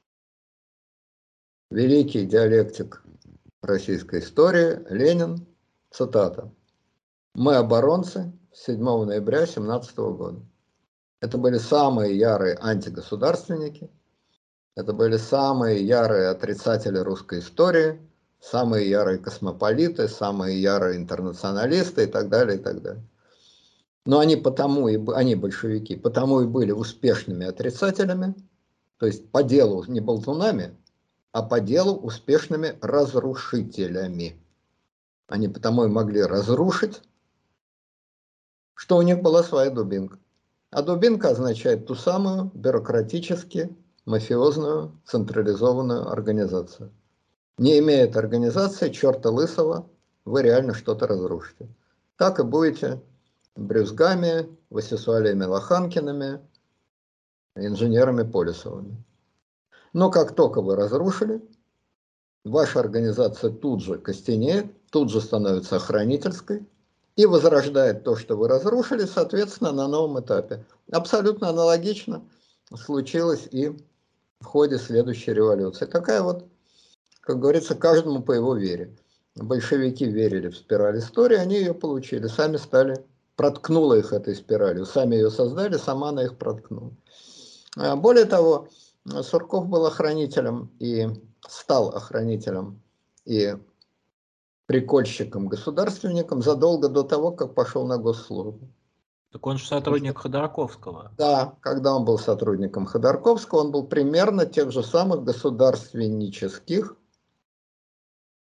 Великий диалектик российской истории Ленин, цитата: «Мы оборонцы седьмого ноября семнадцатого года». Это были самые ярые антигосударственники, это были самые ярые отрицатели русской истории, самые ярые космополиты, самые ярые интернационалисты и так далее, и так далее. Но они потому и они большевики, потому и были успешными отрицателями, то есть по делу не болтунами, а по делу успешными разрушителями. Они потому и могли разрушить, что у них была своя дубинка. А дубинка означает ту самую бюрократически мафиозную централизованную организацию. Не имеет организации, черта лысого, вы реально что-то разрушите. Так и будете брюзгами, Васисуалиями Лоханкиными, инженерами Полисовыми. Но как только вы разрушили, ваша организация тут же костенеет, тут же становится охранительской и возрождает то, что вы разрушили, соответственно, на новом этапе. Абсолютно аналогично случилось и в ходе следующей революции. Такая вот, как говорится, каждому по его вере. Большевики верили в спираль истории, они ее получили, сами стали, проткнула их этой спиралью, сами ее создали, сама она их проткнула. Более того, Сурков был охранителем и стал охранителем и прикольщиком-государственником задолго до того, как пошел на госслужбу. Так он же сотрудник Ходорковского. Да, когда он был сотрудником Ходорковского, он был примерно тех же самых государственнических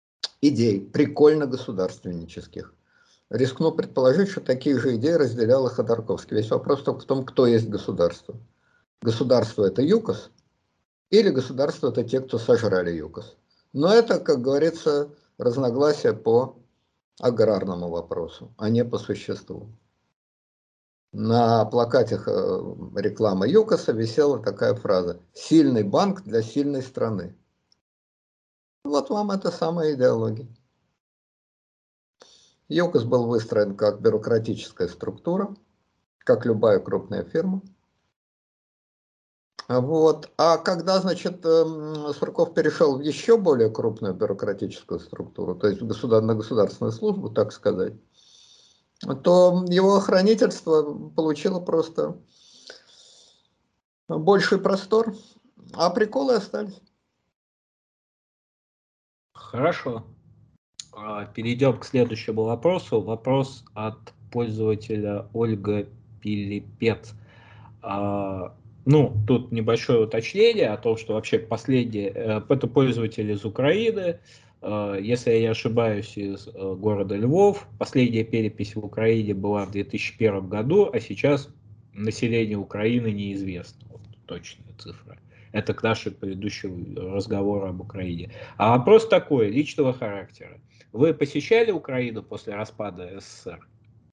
идей, прикольно государственнических. Рискну предположить, что такие же идеи разделял и Ходорковский. Весь вопрос только в том, кто есть государство. Государство – это ЮКОС, или государство – это те, кто сожрали ЮКОС. Но это, как говорится, разногласия по аграрному вопросу, а не по существу. На плакате рекламы ЮКОСа висела такая фраза: «Сильный банк для сильной страны». Вот вам эта самая идеология. ЮКОС был выстроен как бюрократическая структура, как любая крупная фирма. Вот. А когда, значит, Сурков перешел в еще более крупную бюрократическую структуру, то есть на государственную службу, так сказать, то его охранительство получило просто больший простор, а приколы остались. Хорошо. Перейдем к следующему вопросу. Вопрос от пользователя Ольга Пилипец. Ну, тут небольшое уточнение о том, что вообще последнее, это пользователь из Украины, если я не ошибаюсь, из города Львов. Последняя перепись в Украине была в две тысячи первом году, а сейчас население Украины неизвестно. Вот точная цифра. Это к нашему предыдущему разговору об Украине. А вопрос такой, личного характера. Вы посещали Украину после распада СССР?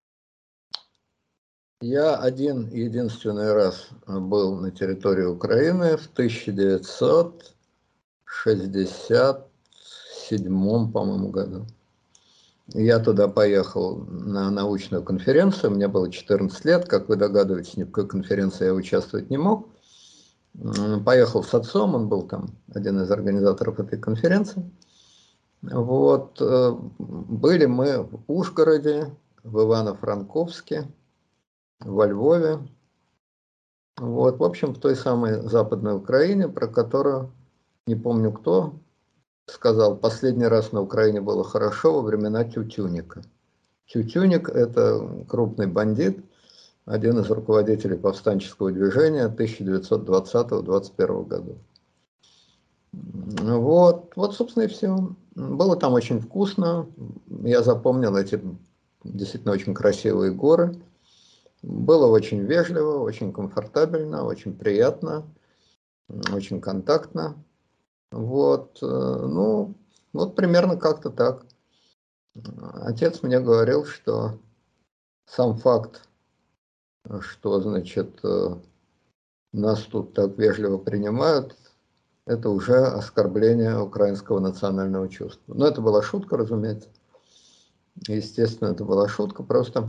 Я один единственный раз был на территории Украины в тысяча девятьсот шестьдесят седьмом, по-моему, году. Я туда поехал на научную конференцию, мне было четырнадцать лет, как вы догадываетесь, ни в какой конференции я участвовать не мог. Поехал с отцом, он был там один из организаторов этой конференции. Вот, были мы в Ужгороде, в Ивано-Франковске, во Львове. Вот, в общем, в той самой Западной Украине, про которую, не помню кто, сказал, последний раз на Украине было хорошо во времена Тютюника. Тютюник – это крупный бандит, один из руководителей повстанческого движения тысяча девятьсот двадцатого — двадцать первого года. Вот, вот, собственно, и все. Было там очень вкусно. Я запомнил эти действительно очень красивые горы. Было очень вежливо, очень комфортабельно, очень приятно, очень контактно. Вот, ну, вот примерно как-то так. Отец мне говорил, что сам факт, что, значит, нас тут так вежливо принимают, это уже оскорбление украинского национального чувства. Но это была шутка, разумеется. Естественно, это была шутка, просто,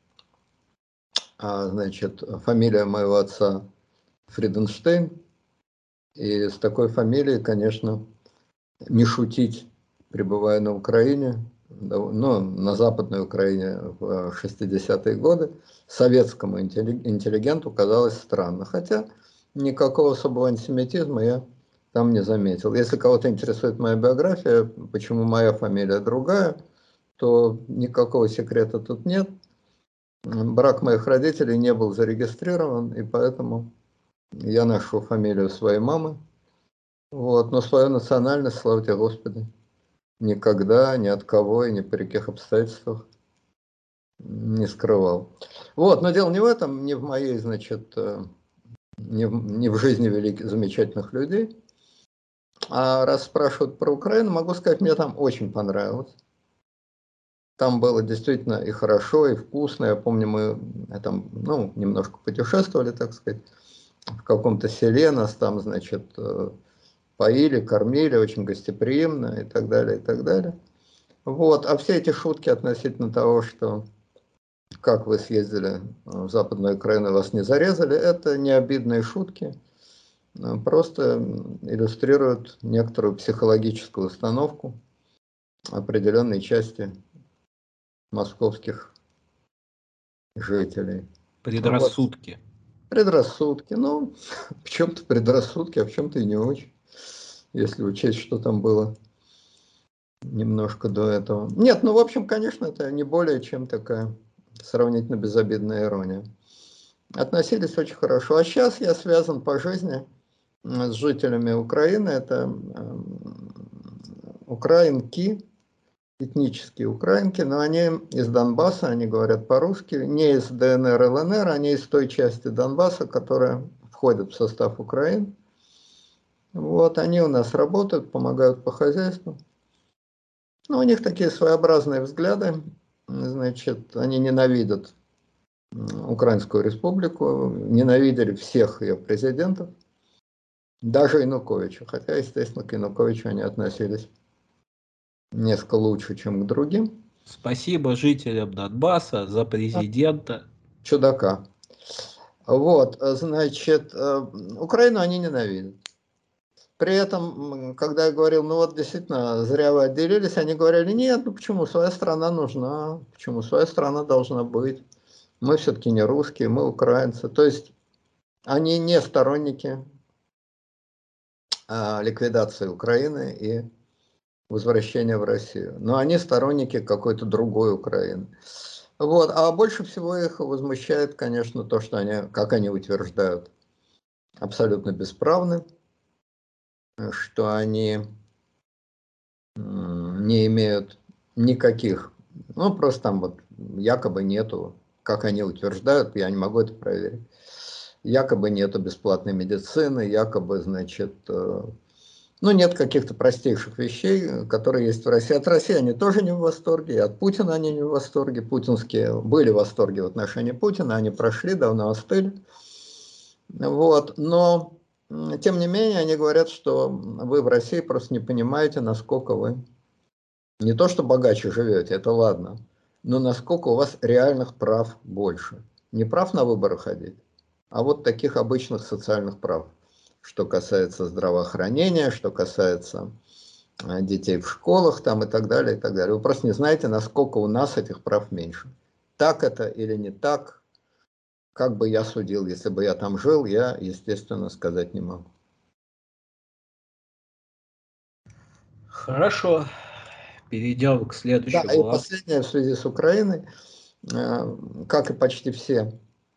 а, значит, фамилия моего отца Фриденштейн, и с такой фамилией, конечно, не шутить, пребывая на Украине, ну, на Западной Украине в шестидесятые годы, советскому интеллигенту казалось странно. Хотя никакого особого антисемитизма я там не заметил. Если кого-то интересует моя биография, почему моя фамилия другая, то никакого секрета тут нет. Брак моих родителей не был зарегистрирован, и поэтому я ношу фамилию своей мамы. Вот, но свою национальность, слава тебе Господи, никогда, ни от кого и ни при каких обстоятельствах не скрывал. Вот, но дело не в этом, не в моей, значит, не в, не в жизни великих, замечательных людей. А раз спрашивают про Украину, могу сказать, мне там очень понравилось. Там было действительно и хорошо, и вкусно. Я помню, мы там, ну, немножко путешествовали, так сказать, в каком-то селе, нас там, значит, поили, кормили, очень гостеприимно и так далее, и так далее. Вот, а все эти шутки относительно того, что как вы съездили в Западную Украину, вас не зарезали, это не обидные шутки, просто иллюстрируют некоторую психологическую установку определенной части московских жителей. Предрассудки. Вот. Предрассудки. Ну, в чем-то предрассудки, а в чем-то и не очень. Если учесть, что там было немножко до этого. Нет, ну, в общем, конечно, это не более чем такая сравнительно безобидная ирония. Относились очень хорошо. А сейчас я связан по жизни с жителями Украины. Это украинки, этнические украинки, но они из Донбасса, они говорят по-русски, не из ДНР, ЛНР, они из той части Донбасса, которая входит в состав Украины. Вот, они у нас работают, помогают по хозяйству. Ну, у них такие своеобразные взгляды, значит, они ненавидят Украинскую республику, ненавидели всех ее президентов, даже Януковича, хотя, естественно, к Януковичу они относились несколько лучше, чем к другим. Спасибо жителям Донбасса за президента. Чудака. Вот, значит, Украину они ненавидят. При этом, когда я говорил, ну вот действительно, зря вы отделились, они говорили, нет, ну почему, своя страна нужна, почему, своя страна должна быть. Мы все-таки не русские, мы украинцы. То есть они не сторонники а, ликвидации Украины и возвращения в Россию. Но они сторонники какой-то другой Украины. Вот. А больше всего их возмущает, конечно, то, что они, как они утверждают, абсолютно бесправны, что они не имеют никаких, ну просто там вот якобы нету, как они утверждают, я не могу это проверить, якобы нету бесплатной медицины, якобы, значит, ну нет каких-то простейших вещей, которые есть в России. От России они тоже не в восторге, и от Путина они не в восторге. Путинские были в восторге в отношении Путина, они прошли, давно остыли. Вот, но тем не менее они говорят, что вы в России просто не понимаете, насколько вы не то что богаче живете, это ладно, но насколько у вас реальных прав больше. Не прав на выборы ходить, а вот таких обычных социальных прав. Что касается здравоохранения, что касается детей в школах там и так далее, и так далее. Вы просто не знаете, насколько у нас этих прав меньше. Так это или не так, как бы я судил, если бы я там жил, я, естественно, сказать не могу. Хорошо. Перейдем к следующему. Да, и последнее в связи с Украиной, как и почти все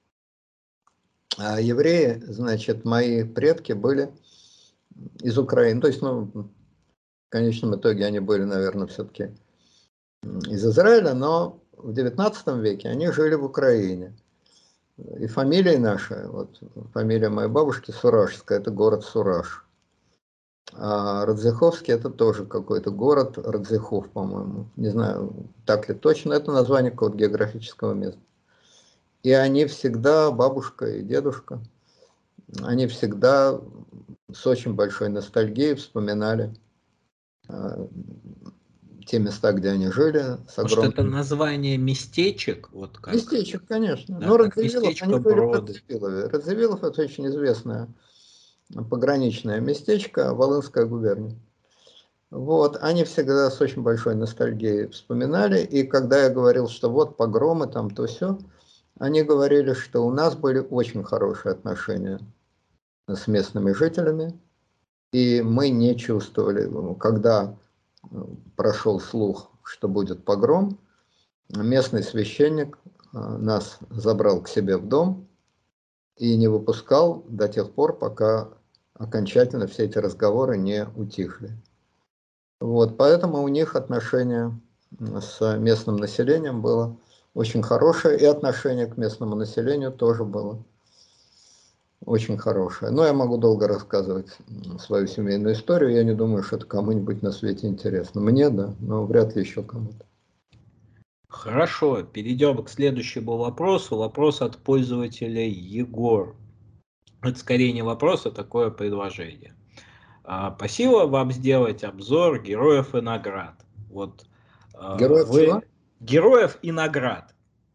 евреи, значит, мои предки были из Украины. То есть, ну, в конечном итоге они были, наверное, все-таки из Израиля, но в девятнадцатом веке они жили в Украине. И фамилия наша, вот фамилия моей бабушки Суражская, это город Сураж. А Радзиховский это тоже какой-то город, Радзихов, по-моему. Не знаю, так ли точно, это название какого-то географического места. И они всегда, бабушка и дедушка, они всегда с очень большой ностальгией вспоминали э, те места, где они жили. С огромным... Может, это название местечек? Вот как, Местечек, конечно. да, Но как Радзивиллов, они местечко жили в Броды. Радзивиллове. Радзивиллов это очень известное пограничное местечко, Волынская губерния. Вот, они всегда с очень большой ностальгией вспоминали, и когда я говорил, что вот погромы там, то все, они говорили, что у нас были очень хорошие отношения с местными жителями, и мы не чувствовали, когда прошел слух, что будет погром, местный священник нас забрал к себе в дом и не выпускал до тех пор, пока окончательно все эти разговоры не утихли. Вот, поэтому у них отношение с местным населением было очень хорошее, и отношение к местному населению тоже было очень хорошее. Но я могу долго рассказывать свою семейную историю, я не думаю, что это кому-нибудь на свете интересно. Мне, да, но вряд ли еще кому-то. Хорошо, перейдем к следующему вопросу. Вопрос от пользователя Егор. Это скорее не вопрос, а такое предложение. А, по силам вам сделать обзор героев и наград. Вот Героев вы... чего? Героев и наград.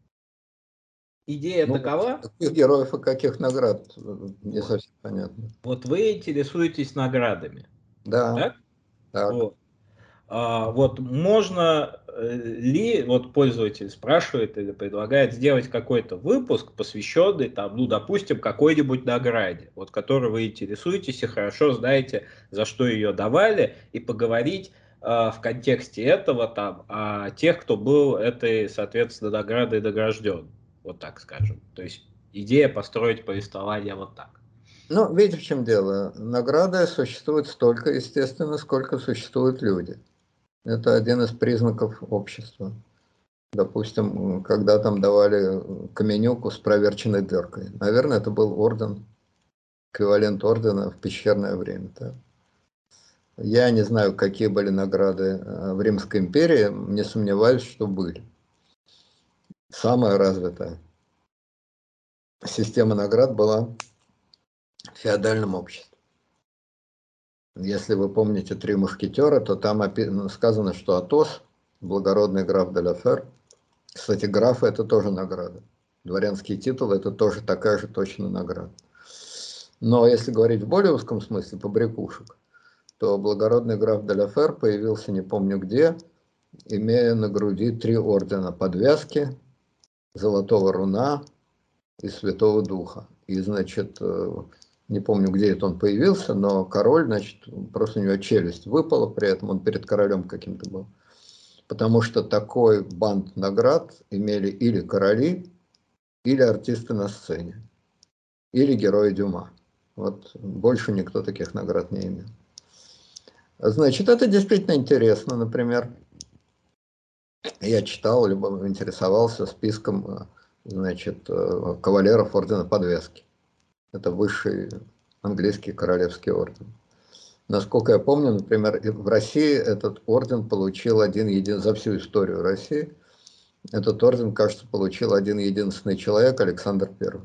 Идея Ну, такова? каких героев и каких наград, не вот. Совсем понятно. Вот вы интересуетесь наградами. Да. Так? Так. Вот. А, вот можно ли, вот пользователь спрашивает или предлагает сделать какой-то выпуск, посвященный там, ну, допустим, какой-нибудь награде, вот которой вы интересуетесь и хорошо знаете, за что ее давали, и поговорить а, в контексте этого там о тех, кто был этой, соответственно, наградой награжден, вот так скажем. То есть идея построить повествование вот так. Ну, видите, в чем дело. Награды существуют столько, естественно, сколько существуют люди. Это один из признаков общества. Допустим, когда там давали каменюку с проверченной дыркой. Наверное, это был орден, эквивалент ордена в пещерное время. Да. Я не знаю, какие были награды в Римской империи, не сомневаюсь, что были. Самая развитая система наград была в феодальном обществе. Если вы помните «Три мушкетера», то там сказано, что Атос, благородный граф де ла Фер, кстати, графы – это тоже награда. Дворянские титулы – это тоже такая же точно награда. Но если говорить в более узком смысле, побрякушек, то благородный граф де ла Фер появился не помню где, имея на груди три ордена подвязки, Золотого Руна и Святого Духа. И, значит, не помню, где это он появился, но король, значит, просто у него челюсть выпала, при этом он перед королем каким-то был. Потому что такой бант наград имели или короли, или артисты на сцене, или герои Дюма. Вот больше никто таких наград не имел. Значит, это действительно интересно. Например, я читал, либо интересовался списком, значит, кавалеров ордена подвески. Это высший английский королевский орден. Насколько я помню, например, в России этот орден получил один един за всю историю России. Этот орден, кажется, получил один единственный человек, Александр Первый.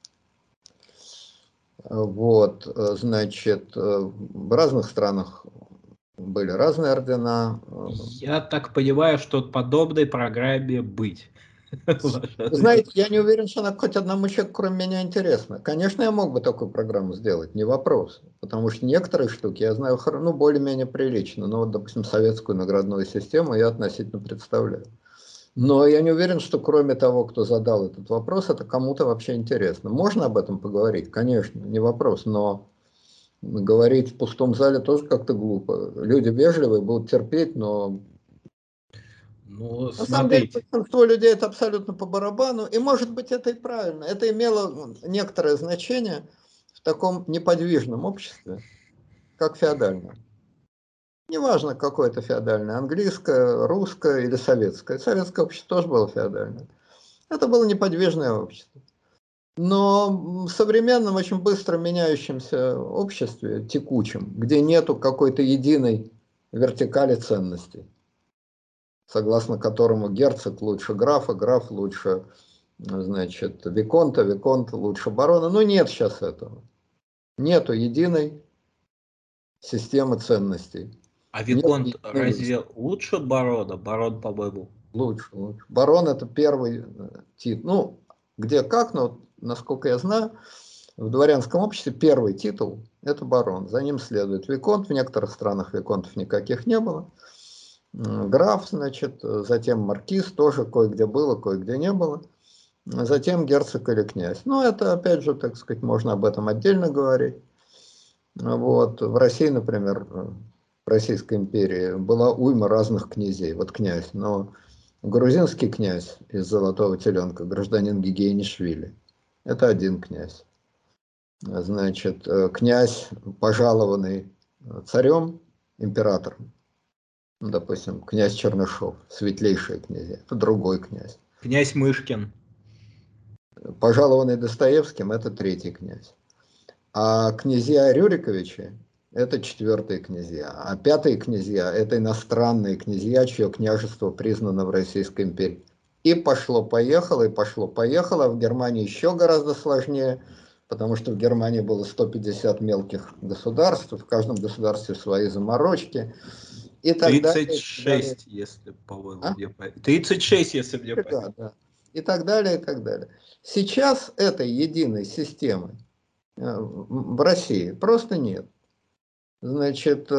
Вот, значит, в разных странах были разные ордена. Я так понимаю, что подобной программе быть. Знаете, я не уверен, что она хоть одному человеку, кроме меня, интересна. Конечно, я мог бы такую программу сделать, не вопрос. Потому что некоторые штуки я знаю, ну, более-менее прилично. Но вот, допустим, советскую наградную систему я относительно представляю. Но я не уверен, что кроме того, кто задал этот вопрос, это кому-то вообще интересно. Можно об этом поговорить? Конечно, не вопрос. Но говорить в пустом зале тоже как-то глупо. Люди вежливые, будут терпеть, но... Ну, На самом деле, смотрите. большинство людей это абсолютно по барабану, и может быть это и правильно. Это имело некоторое значение в таком неподвижном обществе, как феодальное. Неважно, какое это феодальное, английское, русское или советское. Советское общество тоже было феодальное. Это было неподвижное общество. Но в современном, очень быстро меняющемся обществе, текучем, где нету какой-то единой вертикали ценностей, согласно которому герцог лучше графа, граф лучше, значит, виконта, виконт лучше барона. Ну, нет сейчас этого. Нету единой системы ценностей. А Нет виконт единой разве лучше барона? Барон, по-моему. Лучше, лучше. Барон это первый титул. Ну, где как, но насколько я знаю, в дворянском обществе первый титул это барон. За ним следует виконт. В некоторых странах виконтов никаких не было. Граф, значит, затем маркиз, тоже кое-где было, кое-где не было. Затем герцог или князь. Ну, это, опять же, так сказать, можно об этом отдельно говорить. Вот. В России, например, в Российской империи была уйма разных князей. Вот князь, но грузинский князь из «Золотого теленка», гражданин Гигиенишвили, это один князь. Значит, князь, пожалованный царем, императором, ну, допустим, князь Чернышов, светлейший князь, это другой князь. Князь Мышкин. Пожалованный Достоевским, это третий князь. А князья Рюриковичи – это четвертые князья. А пятые князья – это иностранные князья, чье княжество признано в Российской империи. И пошло-поехало, и пошло-поехало. А в Германии еще гораздо сложнее, потому что в Германии было сто пятьдесят мелких государств, в каждом государстве свои заморочки. И так тридцать далее. шесть, если, по-моему, А? мне память. тридцать шесть, если мне память. Да, да. И так далее, и так далее. Сейчас этой единой системы в России просто нет. Значит,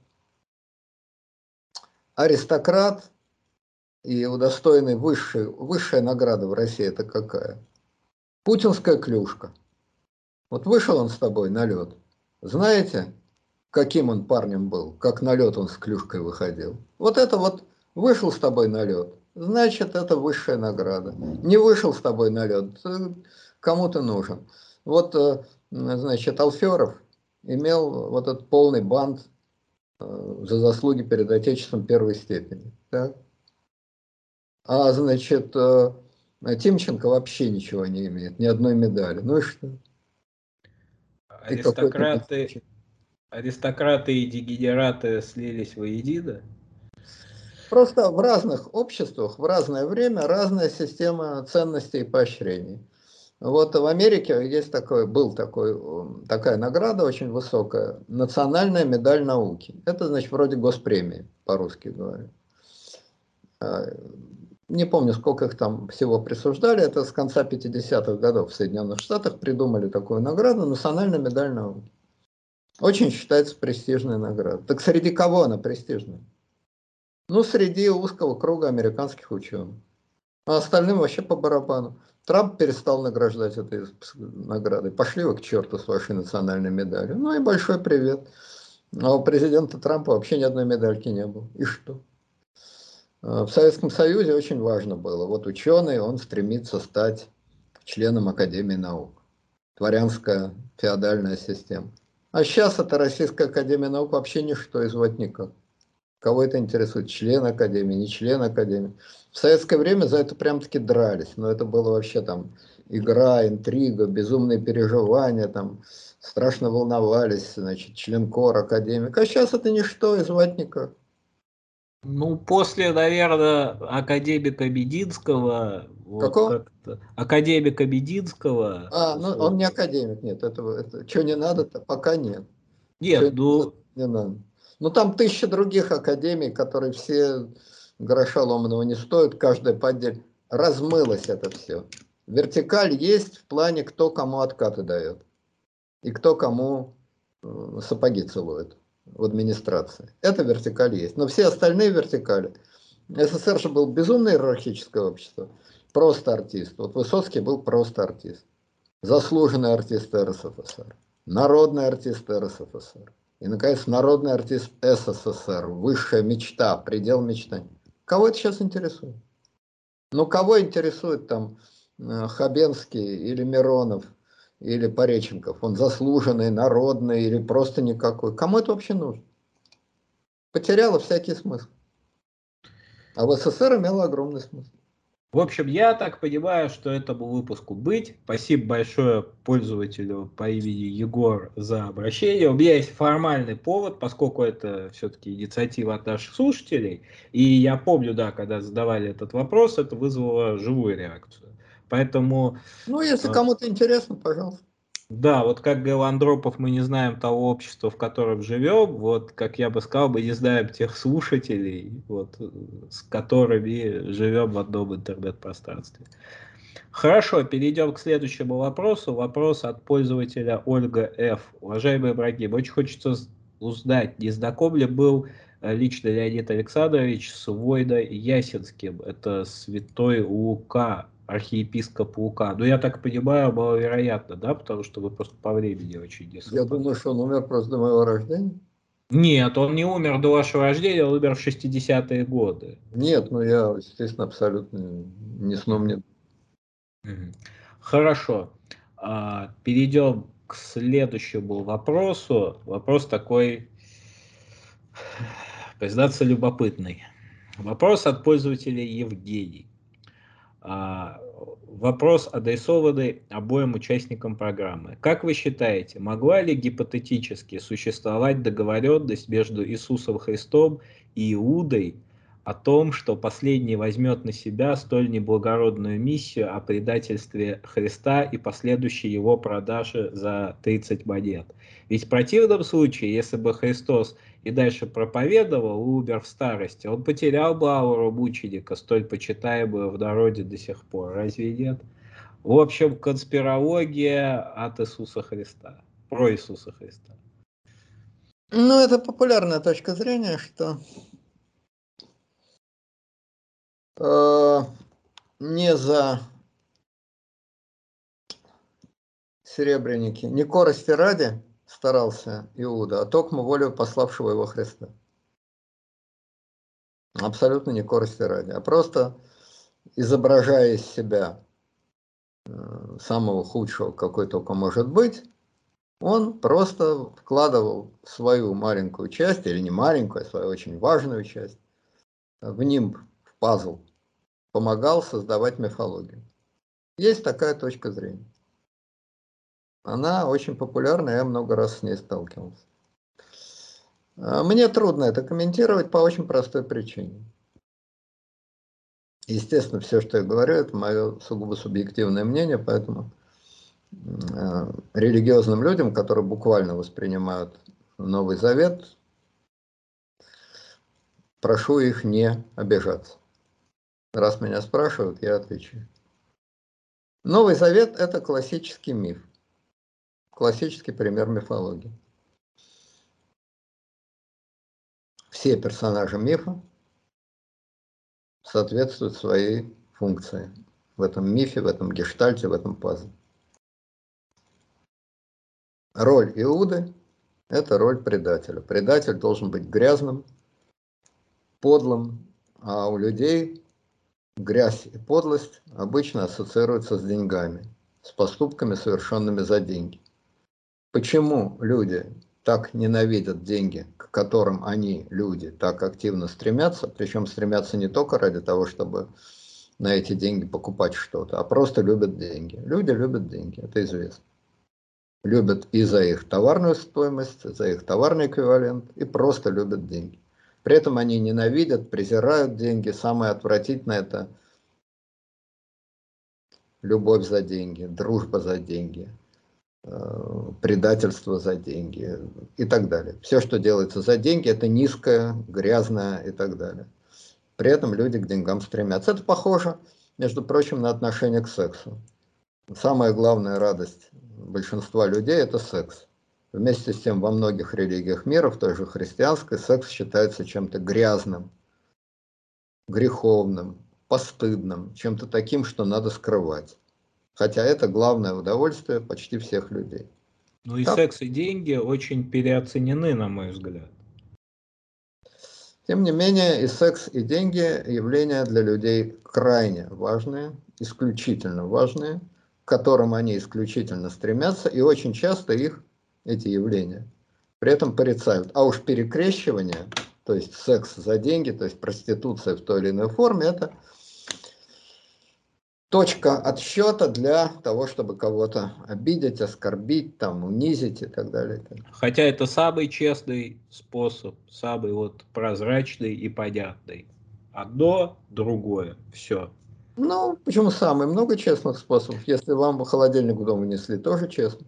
аристократ и удостоенный высшей, высшая награда в России это какая? Путинская клюшка. Вот вышел он с тобой на лед. Знаете, каким он парнем был? Как на лед он с клюшкой выходил? Вот это вот вышел с тобой на лед. Значит, это высшая награда. Не вышел с тобой на лед, кому ты нужен. Вот, значит, Алферов имел вот этот полный бант за заслуги перед Отечеством первой степени. Так? А, значит, Тимченко вообще ничего не имеет, ни одной медали. Ну и что? И какой-то Аристократы, аристократы и дегенераты слились воедино? Просто в разных обществах, в разное время разная система ценностей и поощрений. Вот в Америке есть такой, был такой, такая награда очень высокая, национальная медаль науки. Это, значит, вроде госпремии, по-русски говоря. Не помню, сколько их там всего присуждали, это с конца пятидесятых годов в Соединенных Штатах придумали такую награду, национальная медаль науки. Очень считается престижной наградой. Так среди кого она престижная? Ну, среди узкого круга американских ученых. А остальным вообще по барабану. Трамп перестал награждать этой наградой. Пошли вы к черту с вашей национальной медалью. Ну и большой привет. А у президента Трампа вообще ни одной медальки не было. И что? В Советском Союзе очень важно было. Вот ученый, он стремится стать членом Академии наук. Дворянская феодальная система. А сейчас это Российская Академия наук вообще ничто, и звать никак. Кого это интересует? Член Академии, не член Академии. В советское время за это прям-таки дрались. Но это было вообще там игра, интрига, безумные переживания, там страшно волновались, значит, член-кор, академик. А сейчас это ничто, и звать никак. Ну, после, наверное, академика Мединского, вот Какого? как-то, академика Мединского, А, ну он не условно. академик, нет, этого, это, что не надо-то, пока нет. Что Нет, ну, не надо. Ну там тысяча других академий, которые все гроша ломаного не стоят, каждая по отдельно. Размылось это все. Вертикаль есть в плане, кто кому откаты дает. И кто кому э, сапоги целует в администрации. Это вертикаль есть. Но все остальные вертикали. СССР же был безумно иерархическое общество. Просто артист. Вот Высоцкий был просто артист. Заслуженный артист РСФСР. Народный артист РСФСР. И, наконец, народный артист СССР. Высшая мечта, предел мечтаний. Кого это сейчас интересует? Ну, кого интересует там Хабенский или Миронов или Пореченков? Он заслуженный, народный или просто никакой? Кому это вообще нужно? Потеряло всякий смысл. А в СССР имело огромный смысл. в общем, я так понимаю, что этому выпуску быть. Спасибо большое пользователю по имени Егор за обращение. У меня есть формальный повод, поскольку это все-таки инициатива от наших слушателей. И я помню, да, когда задавали этот вопрос, это вызвало живую реакцию. Поэтому, Ну, если э, кому-то интересно, пожалуйста. да, вот как говорил Андропов, мы не знаем того общества, в котором живем. Вот, как я бы сказал, мы не знаем тех слушателей, вот, с которыми живем в одном интернет-пространстве. Хорошо, перейдем к следующему вопросу. Вопрос от пользователя Ольга Ф. Уважаемый Ибрагим, очень хочется узнать, не знаком ли был лично Леонид Александрович с Войно Ясинским? Это святой Лука, архиепископ Лука. Ну, я так понимаю, маловероятно, да, потому что вы просто по времени очень не Я думаю, совпадаете. что он умер просто до моего рождения. Нет, он не умер до вашего рождения, он умер в шестидесятые годы. Нет, ну я, естественно, абсолютно ни сном, ни... Мгм. Хорошо. А, Перейдем к следующему вопросу. Вопрос такой, признаться, любопытный. Вопрос от пользователя Евгений. А, Вопрос, адресованный обоим участникам программы. Как вы считаете, могла ли гипотетически существовать договоренность между Иисусом Христом и Иудой о том, что последний возьмет на себя столь неблагородную миссию о предательстве Христа и последующей его продаже за тридцать монет? Ведь в противном случае, если бы Христос и дальше проповедовал и умер в старости, он потерял бы ауру мученика, столь почитаемую в народе до сих пор. Разве нет? В общем, конспирология от Иисуса Христа. Про Иисуса Христа. Ну, это популярная точка зрения, что э, не за серебряники, не корости ради старался Иуда, а токмо волю пославшего его Христа. Абсолютно не корости ради, а просто изображая из себя э, самого худшего, какой только может быть, Он просто вкладывал свою маленькую часть, или не маленькую, а свою очень важную часть, в нимб, в пазл, помогал создавать мифологию. Есть такая точка зрения. Она очень популярна, я много раз с ней сталкивался. Мне трудно это комментировать по очень простой причине. Естественно, все, что я говорю, это мое сугубо субъективное мнение, поэтому религиозным людям, которые буквально воспринимают Новый Завет, прошу их не обижаться. Раз меня спрашивают, я отвечаю. Новый Завет – это классический миф, классический пример мифологии. Все персонажи мифа соответствуют своей функции в этом мифе, в этом гештальте, в этом пазле. Роль Иуды – это роль предателя. Предатель должен быть грязным, подлым, а у людей грязь и подлость обычно ассоциируются с деньгами, с поступками, совершенными за деньги. Почему люди так ненавидят деньги, к которым они, люди, так активно стремятся, причем стремятся не только ради того, чтобы на эти деньги покупать что-то, а просто любят деньги. Люди любят деньги, это известно. Любят и за их товарную стоимость, за их товарный эквивалент, и просто любят деньги. При этом они ненавидят, презирают деньги. Самое отвратительное – это любовь за деньги, дружба за деньги, предательство за деньги и так далее. Все, что делается за деньги, это низкое, грязное и так далее. При этом люди к деньгам стремятся. Это похоже, между прочим, на отношение к сексу. Самая главная радость большинства людей – это секс. Вместе с тем во многих религиях мира, в той же христианской, секс считается чем-то грязным, греховным, постыдным, чем-то таким, что надо скрывать. Хотя это главное удовольствие почти всех людей. Ну и Так? секс и деньги очень переоценены, на мой взгляд. Тем не менее, и секс, и деньги явления для людей крайне важные, исключительно важные, к которым они исключительно стремятся, и очень часто их, эти явления, при этом порицают. А уж перекрещивание, то есть секс за деньги, то есть проституция в той или иной форме, это точка отсчета для того, чтобы кого-то обидеть, оскорбить, там, унизить и так далее. Хотя это самый честный способ, самый вот прозрачный и понятный. Одно, другое, все. Ну, почему самый? Много честных способов. Если вам холодильник в дом внесли, тоже честно.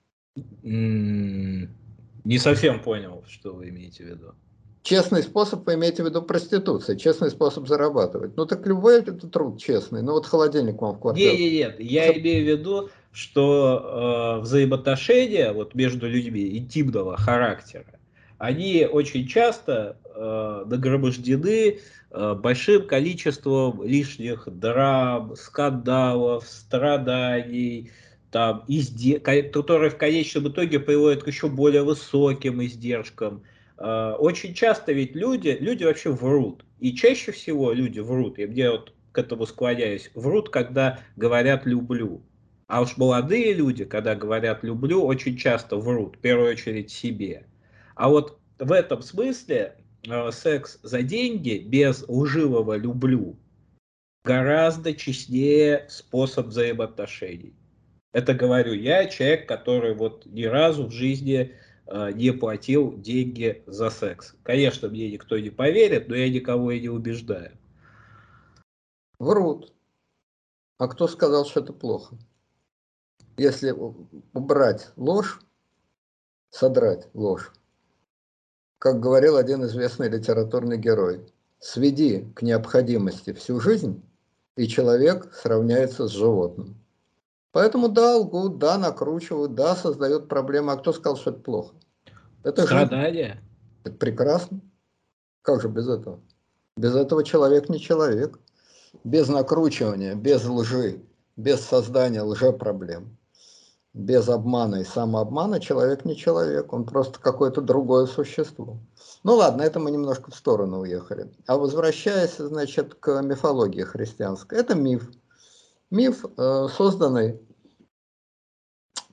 М-м, не совсем понял, что вы имеете в виду. Честный способ, вы имеете в виду проституция, честный способ зарабатывать. Ну так любой это труд честный. Ну вот холодильник вам в квартиру. Не, не, нет, я имею в виду, что э, взаимоотношения вот между людьми интимного характера, они очень часто э, нагромождены э, большим количеством лишних драм, скандалов, страданий, там, изде... которые в конечном итоге приводят к еще более высоким издержкам. Э, очень часто ведь люди, люди вообще врут. И чаще всего люди врут. И мне вот к этому склоняюсь. Врут, когда говорят «люблю». А уж молодые люди, когда говорят «люблю», очень часто врут, в первую очередь себе. А вот в этом смысле э, секс за деньги без лживого «люблю» гораздо честнее способ взаимоотношений. Это говорю я, человек, который вот ни разу в жизни э, не платил деньги за секс. Конечно, мне никто не поверит, но я никого и не убеждаю. Врут. А кто сказал, что это плохо? Если убрать ложь, содрать ложь, как говорил один известный литературный герой, сведи к необходимости всю жизнь, и человек сравняется с животным. Поэтому да, лгут, да, накручивают, да, создают проблемы. А кто сказал, что это плохо? Это жизнь. Страдания. Это прекрасно. Как же без этого? Без этого человек не человек. Без накручивания, без лжи, без создания лжепроблем, без обмана и самообмана человек не человек. Он просто какое-то другое существо. Ну ладно, это мы немножко в сторону уехали. А возвращаясь, значит, к мифологии христианской. Это миф. Миф, э, созданный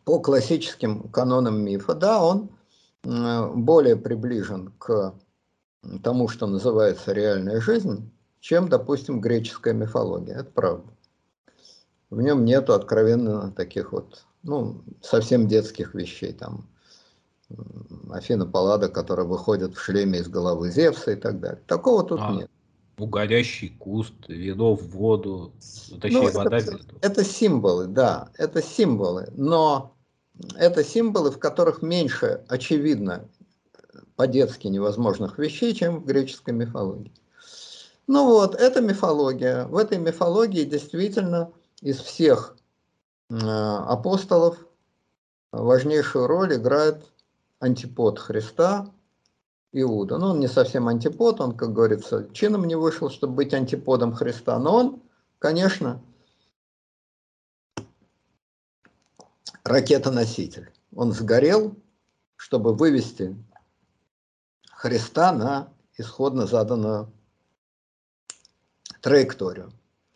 по классическим канонам мифа, да, он более приближен к тому, что называется реальная жизнь, чем, допустим, греческая мифология. Это правда. В нем нету откровенно таких вот, ну, совсем детских вещей, там, Афина Паллада, которая выходит в шлеме из головы Зевса и так далее. Такого тут А, нет. ну, горящий куст, ведро в воду, Ну, точнее, это, вода в ведро. это символы, да, это символы, но это символы, в которых меньше, очевидно, по-детски невозможных вещей, чем в греческой мифологии. Ну вот, это мифология. В этой мифологии действительно из всех э, апостолов важнейшую роль играет антипод Христа, Иуда. Ну, он не совсем антипод, он, как говорится, чином не вышел, чтобы быть антиподом Христа, но он, конечно, ракетоноситель. Он сгорел, чтобы вывести Христа на исходно заданную траекторию.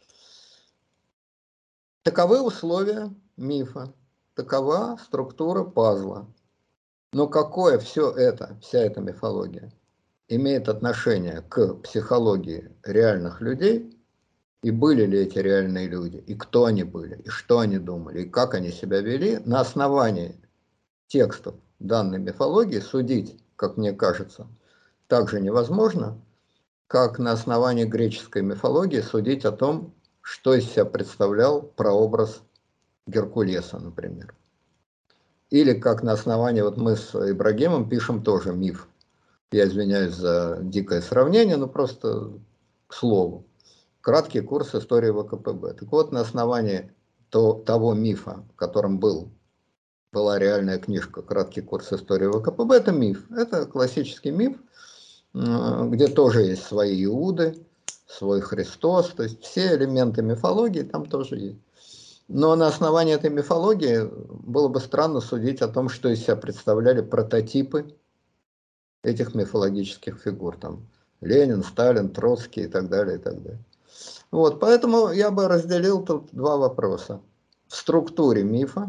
Таковы условия мифа, такова структура пазла. Но какое все это, вся эта мифология, имеет отношение к психологии реальных людей, и были ли эти реальные люди, и кто они были, и что они думали, и как они себя вели, на основании текстов данной мифологии судить, как мне кажется, также невозможно, как на основании греческой мифологии судить о том, что из себя представлял прообраз Геркулеса, например. Или как на основании, вот мы с Ибрагимом пишем тоже миф. Я извиняюсь за дикое сравнение, но просто к слову. Краткий курс истории ВКПБ. Так вот, на основании то, того мифа, в котором был, была реальная книжка «Краткий курс истории ВКПБ», это миф. Это классический миф, где тоже есть свои Иуды, свой Христос, то есть все элементы мифологии там тоже есть. Но на основании этой мифологии было бы странно судить о том, что из себя представляли прототипы этих мифологических фигур. Там Ленин, Сталин, Троцкий и так далее, и так далее. Вот, поэтому я бы разделил тут два вопроса. В структуре мифа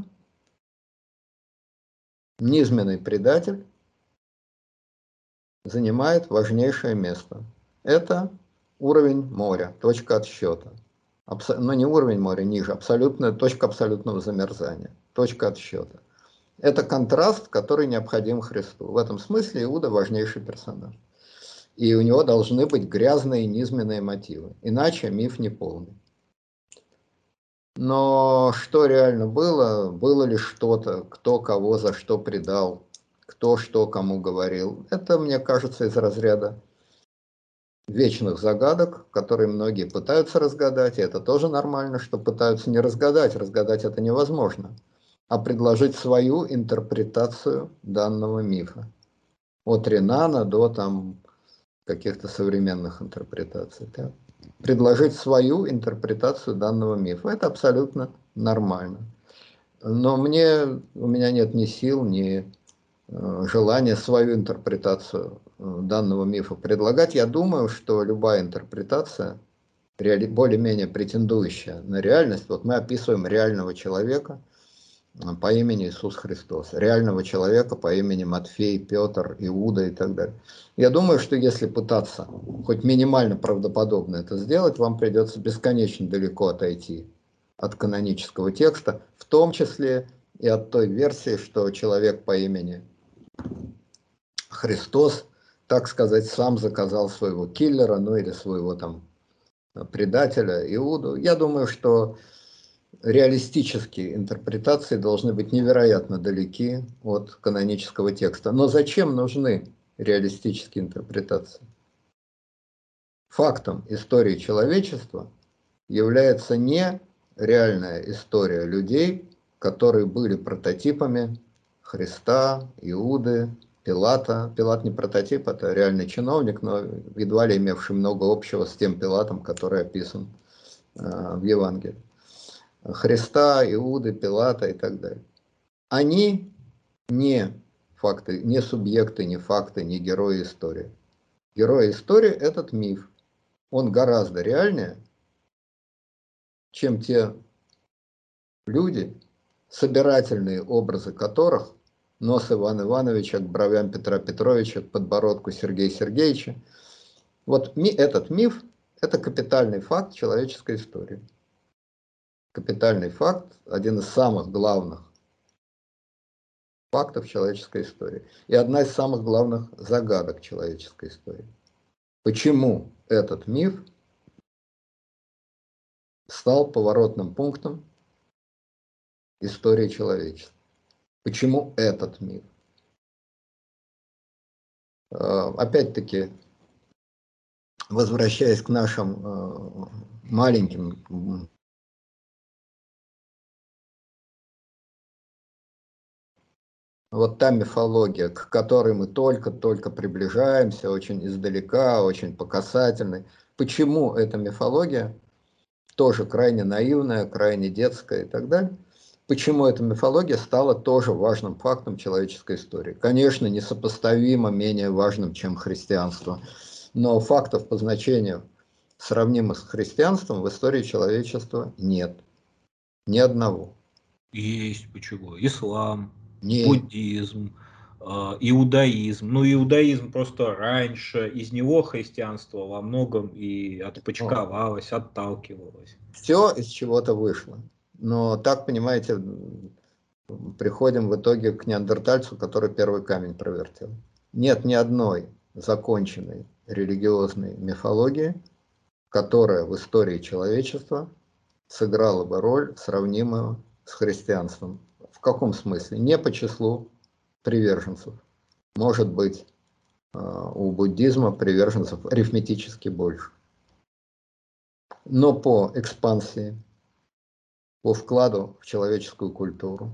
низменный предатель занимает важнейшее место. Это уровень моря, точка отсчета. Абсо... Но не уровень моря, ниже, абсолютная точка абсолютного замерзания, точка отсчета. Это контраст, который необходим Христу. В этом смысле Иуда важнейший персонаж. И у него должны быть грязные низменные мотивы. Иначе миф не полный. Но что реально было? Было ли что-то? Кто кого за что предал? Кто что кому говорил? Это, мне кажется, из разряда вечных загадок, которые многие пытаются разгадать. И это тоже нормально, что пытаются не разгадать. Разгадать это невозможно. А предложить свою интерпретацию данного мифа. От Ренана до там каких-то современных интерпретаций. Да? Предложить свою интерпретацию данного мифа. Это абсолютно нормально. Но мне, у меня нет ни сил, ни э, желания свою интерпретацию э, данного мифа предлагать. Я думаю, что любая интерпретация, более-менее претендующая на реальность, вот мы описываем реального человека по имени Иисус Христос, реального человека по имени Матфей, Петр, Иуда и так далее. Я думаю, что если пытаться хоть минимально правдоподобно это сделать, вам придется бесконечно далеко отойти от канонического текста, в том числе и от той версии, что человек по имени Христос, так сказать, сам заказал своего киллера, ну или своего там предателя Иуду. Я думаю, что реалистические интерпретации должны быть невероятно далеки от канонического текста. Но зачем нужны реалистические интерпретации? Фактом истории человечества является не реальная история людей, которые были прототипами Христа, Иуды, Пилата. Пилат не прототип, это реальный чиновник, но едва ли имевший много общего с тем Пилатом, который описан э, в Евангелии. Христа, Иуды, Пилата и так далее. Они не факты, не субъекты, не факты, не герои истории. Герои истории – этот миф. Он гораздо реальнее, чем те люди, собирательные образы которых нос Ивана Ивановича к бровям Петра Петровича, к подбородку Сергея Сергеевича. Вот ми, этот миф – это капитальный факт человеческой истории. Капитальный факт, один из самых главных фактов человеческой истории. И одна из самых главных загадок человеческой истории. Почему этот миф стал поворотным пунктом истории человечества? Почему этот миф? Опять-таки, возвращаясь к нашим маленьким вот та мифология, к которой мы только-только приближаемся, очень издалека, очень по касательной. Почему эта мифология, тоже крайне наивная, крайне детская и так далее, почему эта мифология стала тоже важным фактом человеческой истории? Конечно, несопоставимо менее важным, чем христианство, но фактов по значению, сравнимых с христианством, в истории человечества нет. Ни одного. Есть, почему? Ислам. Нет. Буддизм, э, иудаизм. Ну, иудаизм просто раньше, из него христианство во многом и отпочковалось, отталкивалось. Все из чего-то вышло. Но так, понимаете, приходим в итоге к неандертальцу, который первый камень провертел. Нет ни одной законченной религиозной мифологии, которая в истории человечества сыграла бы роль, сравнимую с христианством. В каком смысле? Не по числу приверженцев. Может быть, у буддизма приверженцев арифметически больше. Но по экспансии, по вкладу в человеческую культуру,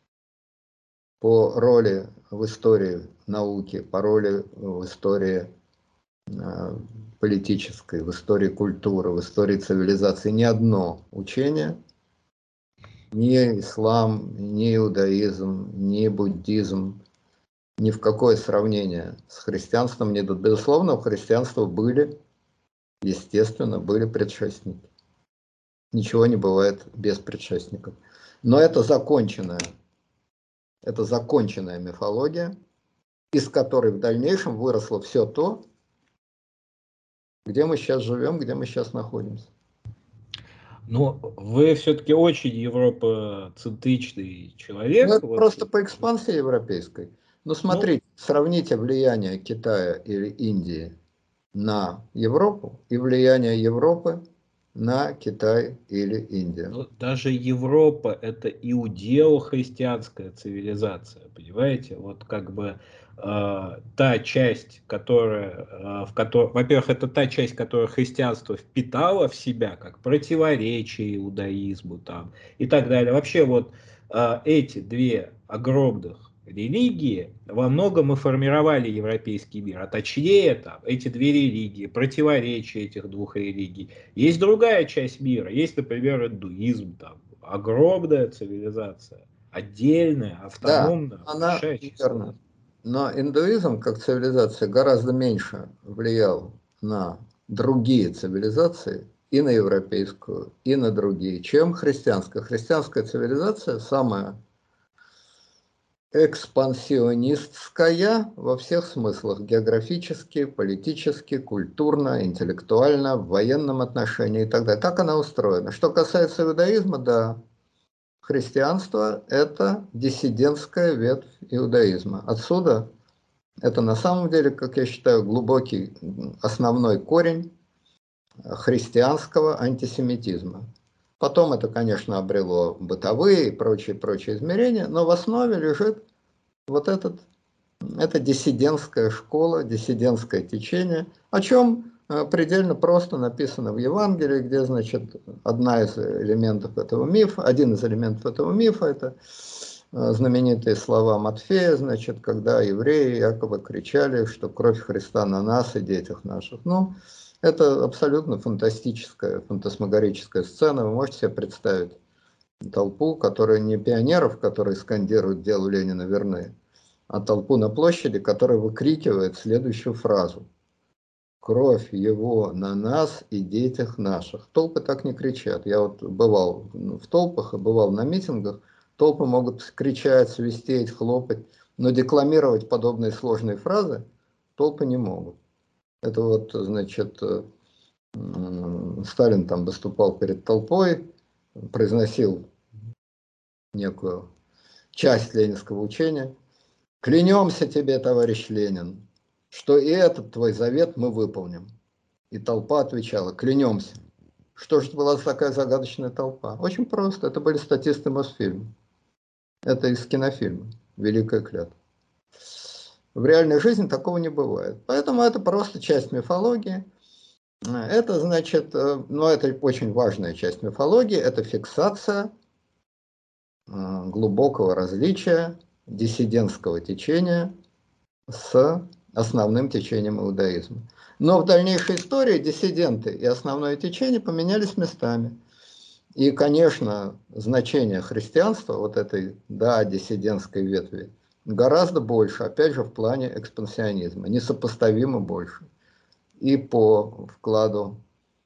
по роли в истории науки, по роли в истории политической, в истории культуры, в истории цивилизации, ни одно учение, ни ислам, ни иудаизм, ни буддизм, ни в какое сравнение с христианством не идут. Безусловно, у христианства были, естественно, были предшественники. Ничего не бывает без предшественников. Но это законченная, это законченная мифология, из которой в дальнейшем выросло все то, где мы сейчас живем, где мы сейчас находимся. Но вы все-таки очень европоцентричный человек. Ну, это вот. просто по экспансии европейской. Ну, смотрите, ну, сравните влияние Китая или Индии на Европу и влияние Европы на Китай или Индию. Ну, даже Европа – это иудео-христианская цивилизация, понимаете? Вот как бы э, та часть, которая, э, в которой, во-первых, это та часть, которая христианство впитало в себя, как противоречие иудаизму там и так далее. Вообще вот э, эти две огромных религии во многом и формировали европейский мир, а точнее там эти две религии, противоречия этих двух религий. Есть другая часть мира, есть, например, индуизм, там огромная цивилизация, отдельная, автономная, Да, она большая часть. верно. Но индуизм как цивилизация гораздо меньше влиял на другие цивилизации, и на европейскую, и на другие, чем христианская. Христианская цивилизация самая экспансионистская во всех смыслах: географически, политически, культурно, интеллектуально, в военном отношении и так далее. Так она устроена. Что касается иудаизма, да, христианство – это диссидентская ветвь иудаизма. Отсюда это на самом деле, как я считаю, глубокий основной корень христианского антисемитизма. Потом это, конечно, обрело бытовые и прочие-прочие измерения, но в основе лежит вот этот, это диссидентская школа, диссидентское течение, о чем предельно просто написано в Евангелии, где, значит, одна из элементов этого мифа, один из элементов этого мифа, это знаменитые слова Матфея, значит, когда евреи якобы кричали, что кровь Христа на нас и детях наших. Ну, это абсолютно фантастическая, фантасмагорическая сцена. Вы можете себе представить толпу, которая не пионеров, которые скандируют «Делу Ленина верны», а толпу на площади, которая выкрикивает следующую фразу: «Кровь его на нас и детях наших». Толпы так не кричат. Я вот бывал в толпах и бывал на митингах. толпы могут кричать, свистеть, хлопать, но декламировать подобные сложные фразы толпы не могут. Это вот, значит, Сталин там выступал перед толпой, произносил некую часть ленинского учения. «Клянемся тебе, товарищ Ленин, что и этот твой завет мы выполним». И толпа отвечала: «Клянемся». Что же это была такая загадочная толпа? Очень просто. Это были статисты Мосфильма. Это из кинофильма «Великая клятва». В реальной жизни такого не бывает. Поэтому это просто часть мифологии. Это значит, ну это очень важная часть мифологии, это фиксация глубокого различия диссидентского течения с основным течением иудаизма. Но в дальнейшей истории диссиденты и основное течение поменялись местами. И, конечно, значение христианства, вот этой, да, диссидентской ветви, гораздо больше, опять же, в плане экспансионизма, несопоставимо больше. И по вкладу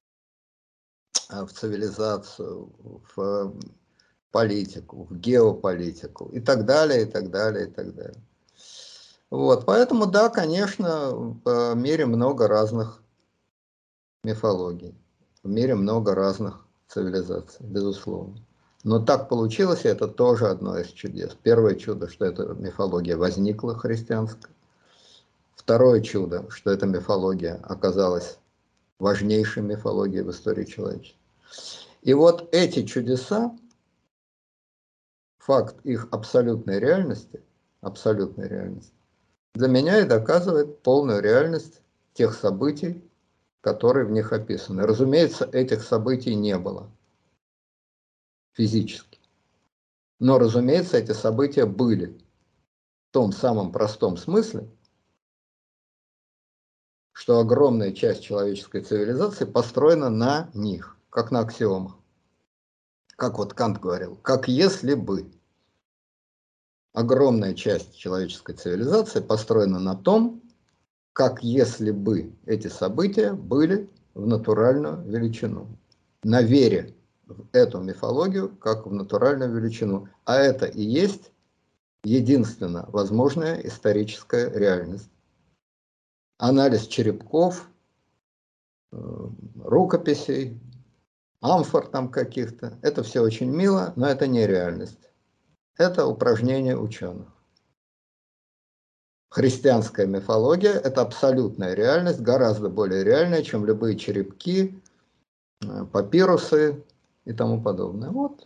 в цивилизацию, в политику, в геополитику и так далее, и так далее, и так далее. Вот, поэтому, да, конечно, в мире много разных мифологий, в мире много разных цивилизаций, безусловно. Но так получилось, и это тоже одно из чудес. Первое чудо, что эта мифология возникла христианская. Второе чудо, что эта мифология оказалась важнейшей мифологией в истории человечества. И вот эти чудеса, факт их абсолютной реальности, абсолютной реальности, для меня и доказывает полную реальность тех событий, которые в них описаны. Разумеется, этих событий не было физически. Но, разумеется, эти события были в том самом простом смысле, что огромная часть человеческой цивилизации построена на них, как на аксиомах. Как вот Кант говорил, как если бы. Огромная часть человеческой цивилизации построена на том, как если бы эти события были в натуральную величину. На вере в эту мифологию как в натуральную величину. А это и есть единственно возможная историческая реальность. Анализ черепков, рукописей, амфор там каких-то, это все очень мило, но это не реальность. Это упражнение ученых. Христианская мифология – это абсолютная реальность, гораздо более реальная, чем любые черепки, папирусы и тому подобное. Вот.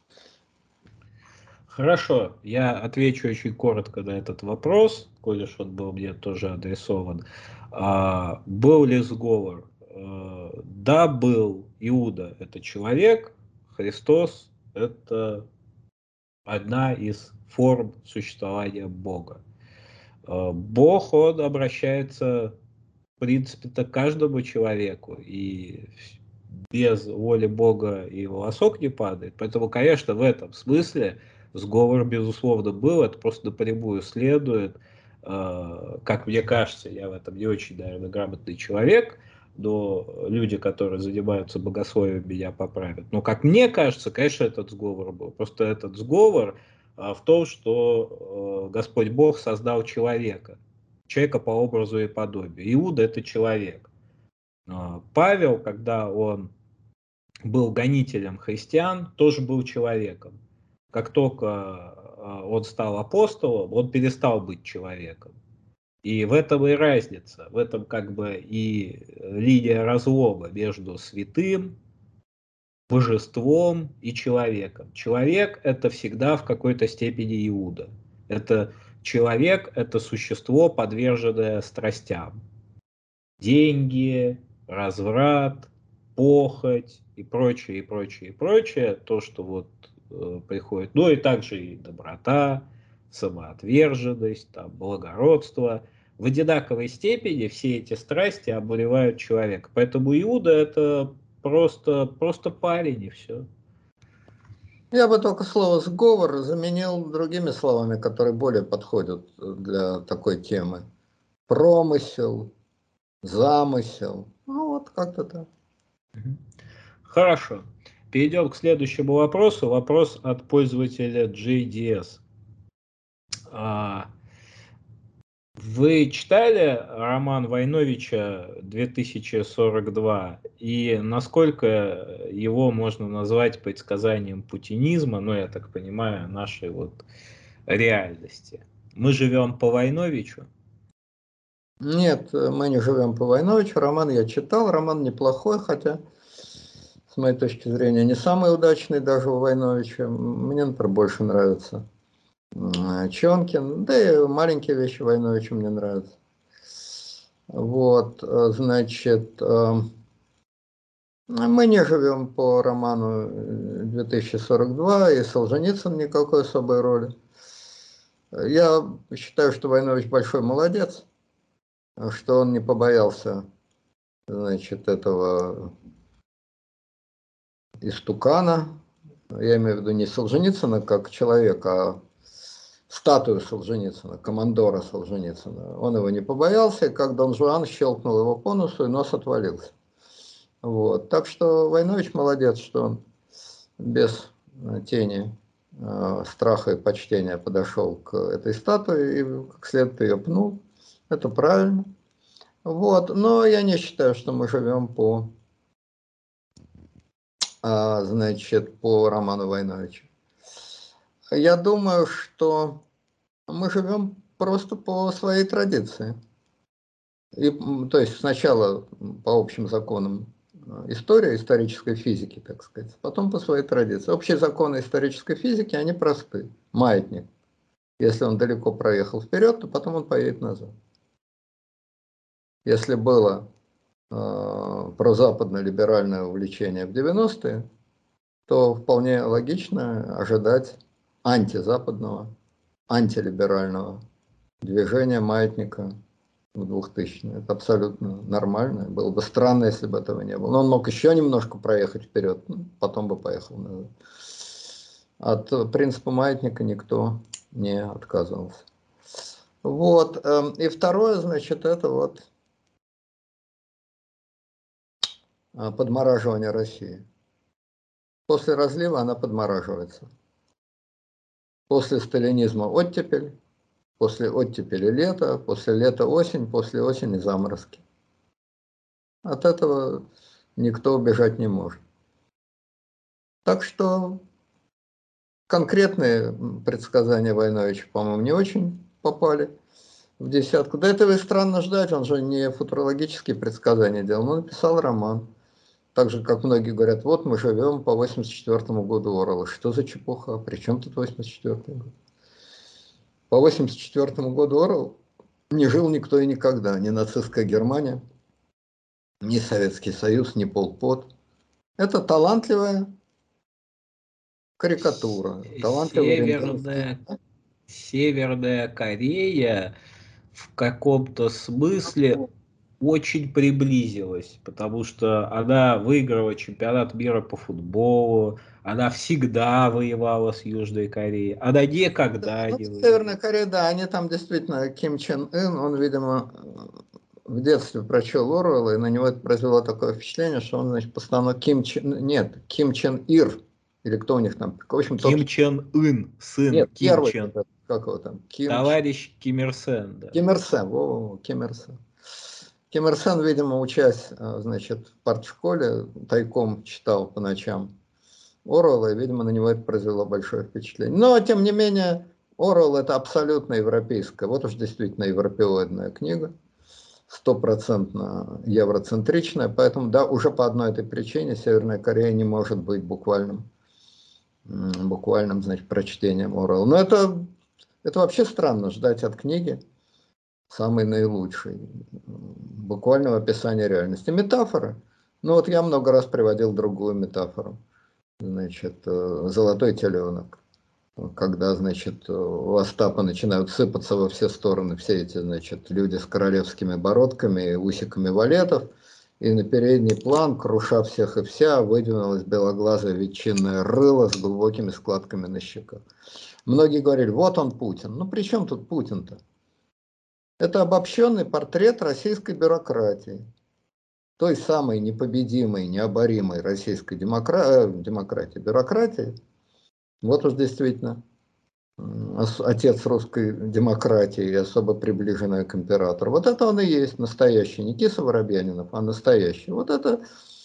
Хорошо, я отвечу очень коротко на этот вопрос, коль уж он был мне тоже адресован. А, был ли сговор? А, да, был. Иуда – это человек, Христос – это одна из форм существования Бога. Бог, он обращается, в принципе-то, к каждому человеку, и без воли Бога и волосок не падает. Поэтому, конечно, в этом смысле сговор, безусловно, был, это просто напрямую следует. Как мне кажется, я в этом не очень, наверное, грамотный человек, но люди, которые занимаются богословием, меня поправят. Но, как мне кажется, конечно, этот сговор был. Просто этот сговор в том, что Господь Бог создал человека, человека по образу и подобию. Иуда – это человек. Павел, когда он был гонителем христиан, тоже был человеком. Как только он стал апостолом, он перестал быть человеком. И в этом и разница, в этом как бы и линия разлома между святым, божеством и человеком. Человек – это всегда в какой-то степени Иуда. Это человек – это существо, подверженное страстям. Деньги, разврат, похоть и прочее, и прочее, и прочее. То, что вот э, приходит. Ну и также и доброта, самоотверженность, там, благородство. В одинаковой степени все эти страсти обуревают человека. Поэтому Иуда – это просто, просто парень, и все. Я бы только слово «сговор» заменил другими словами, которые более подходят для такой темы. Промысел, замысел. Ну вот как-то так. Хорошо. Перейдем к следующему вопросу. Вопрос от пользователя джей ди эс. А, Вы читали роман Войновича две тысячи сорок два? И насколько его можно назвать предсказанием путинизма, ну, я так понимаю, нашей вот реальности? Мы живем по Войновичу? Нет, мы не живем по Войновичу. Роман я читал, роман неплохой, хотя, с моей точки зрения, не самый удачный даже у Войновича. Мне, например, больше нравится Чонкин, да и маленькие вещи Войновича мне нравятся. Вот, значит, мы не живем по роману две тысячи сорок два, и Солженицын никакой особой роли. Я считаю, что Войнович большой молодец, что он не побоялся, значит, этого истукана. Я имею в виду не Солженицына как человека, а статую Солженицына, командора Солженицына. Он его не побоялся, и как Дон Жуан щелкнул его по носу, и нос отвалился. Вот. Так что Войнович молодец, что он без тени э, страха и почтения подошел к этой статуе и как следует ее пнул. Это правильно. Вот. Но я не считаю, что мы живем по, э, значит, по роману Войновича. Я думаю, что мы живем просто по своей традиции. И, то есть сначала по общим законам истории, исторической физики, так сказать, потом по своей традиции. Общие законы исторической физики, они просты. Маятник. Если он далеко проехал вперед, то потом он поедет назад. Если было э, прозападное либеральное увлечение в девяностые, то вполне логично ожидать антизападного, антилиберального движения маятника в двухтысячные. Это абсолютно нормально. Было бы странно, если бы этого не было. Но он мог еще немножко проехать вперед, потом бы поехал назад. От принципа маятника никто не отказывался. Вот. И второе, значит, это вот подмораживание России. После разлива она подмораживается. После сталинизма оттепель, после оттепели лето, после лета осень, после осени заморозки. От этого никто убежать не может. Так что конкретные предсказания Войновича, по-моему, не очень попали в десятку. До этого и странно ждать, он же не футурологические предсказания делал, он написал роман. Так же, как многие говорят, вот мы живем по восемьдесят четвёртому году Орвелла. Что за чепуха? При чем тут восемьдесят четвёртый год? По восемьдесят четвёртому году Орвелл не жил никто и никогда. Ни нацистская Германия, ни Советский Союз, ни Пол Пот. Это талантливая карикатура. Талантливая Северная, Северная Корея в каком-то смысле очень приблизилась, потому что она выиграла чемпионат мира по футболу, она всегда воевала с Южной Кореей, она никогда Да, ну, не Северная воевала. Корея, да, они там действительно, Ким Чен Ын, он, видимо, в детстве прочел Оруэлла, и на него это произвело такое впечатление, что он, значит, постановил Ким Чен, нет, Ким Чен Ир, или кто у них там, в общем, Ким тот, Чен Ын, сын нет, Ким первый, Чен, вот этот, как его там, Ким, товарищ Ким Ир Сен, да. Ким Ир Сен, во, во, во, Ким Ир Сен. Ким Ир Сен, видимо, учась, значит, в партшколе, тайком читал по ночам Оруэлла, и, видимо, на него это произвело большое впечатление. Но, тем не менее, Оруэлл — это абсолютно европейская, вот уж действительно европеоидная книга, стопроцентно евроцентричная, поэтому, да, уже по одной этой причине Северная Корея не может быть буквальным, буквальным, значит, прочтением Оруэлла. Но это, это вообще странно, ждать от книги самый наилучший, буквального описания реальности. Метафора. Ну вот я много раз приводил другую метафору. Значит, золотой теленок. Когда, значит, у Остапа начинают сыпаться во все стороны все эти, значит, люди с королевскими бородками и усиками валетов, и на передний план, круша всех и вся, выдвинулась белоглазая ветчинное рыло с глубокими складками на щеках. Многие говорили, вот он Путин. Ну при чем тут Путин-то? Это обобщенный портрет российской бюрократии. той самой непобедимой, необоримой российской демокра... демократии, бюрократии, вот уж действительно отец русской демократии, особо приближенная к императору. Вот это он и есть настоящий, не Киса Воробьянинов, а настоящий. Вот это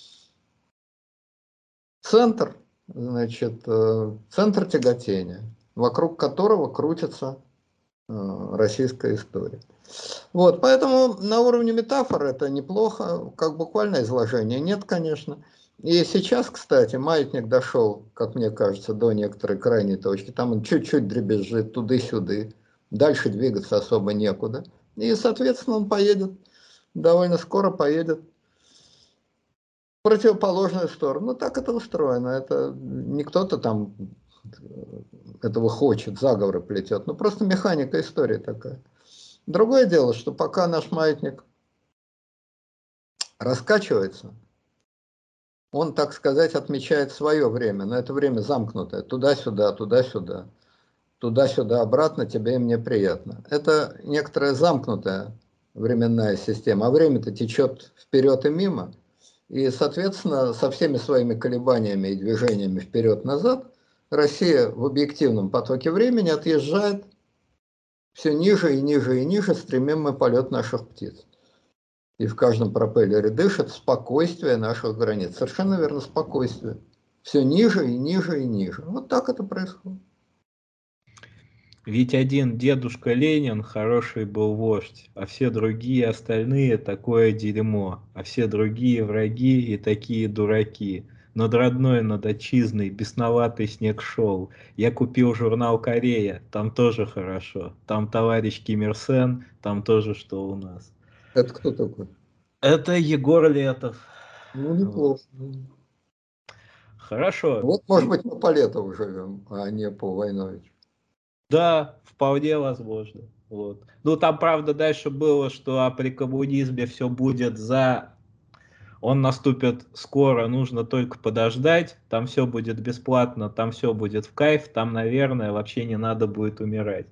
центр, значит, центр тяготения, вокруг которого крутится российская история. Вот, поэтому на уровне метафор это неплохо, как буквальное изложение нет, конечно. И сейчас, кстати, маятник дошел, как мне кажется, до некоторой крайней точки. Там он чуть-чуть дребезжит туды-сюды. Дальше двигаться особо некуда. И, соответственно, он поедет, довольно скоро поедет в противоположную сторону. Ну, так это устроено. Это не кто-то там этого хочет, заговоры плетет. Ну, просто механика истории такая. Другое дело, что пока наш маятник раскачивается, он, так сказать, отмечает свое время, но это время замкнутое, туда-сюда, туда-сюда, туда-сюда, обратно, тебе и мне приятно. Это некоторая замкнутая временная система, а время-то течет вперед и мимо, и, соответственно, со всеми своими колебаниями и движениями вперед-назад Россия в объективном потоке времени отъезжает все ниже и ниже и ниже, стремимый полет наших птиц. И в каждом пропеллере дышит спокойствие наших границ. Совершенно верно, спокойствие. Все ниже и ниже и ниже. Вот так это происходит. Ведь один дедушка Ленин хороший был вождь, а все другие остальные такое дерьмо, а все другие враги и такие дураки. Над родной, над отчизной бесноватый снег шел. Я купил журнал «Корея», там тоже хорошо. Там товарищ Ким Ир Сен, там тоже что у нас. Это кто такой? Это Егор Летов. Ну, неплохо. Хорошо. Вот, может быть, мы по Летову живем, а не по Войновичу. Да, вполне возможно. Вот. Ну, там, правда, дальше было, что а при коммунизме все будет за... Он наступит скоро, нужно только подождать, там все будет бесплатно, там все будет в кайф, там, наверное, вообще не надо будет умирать.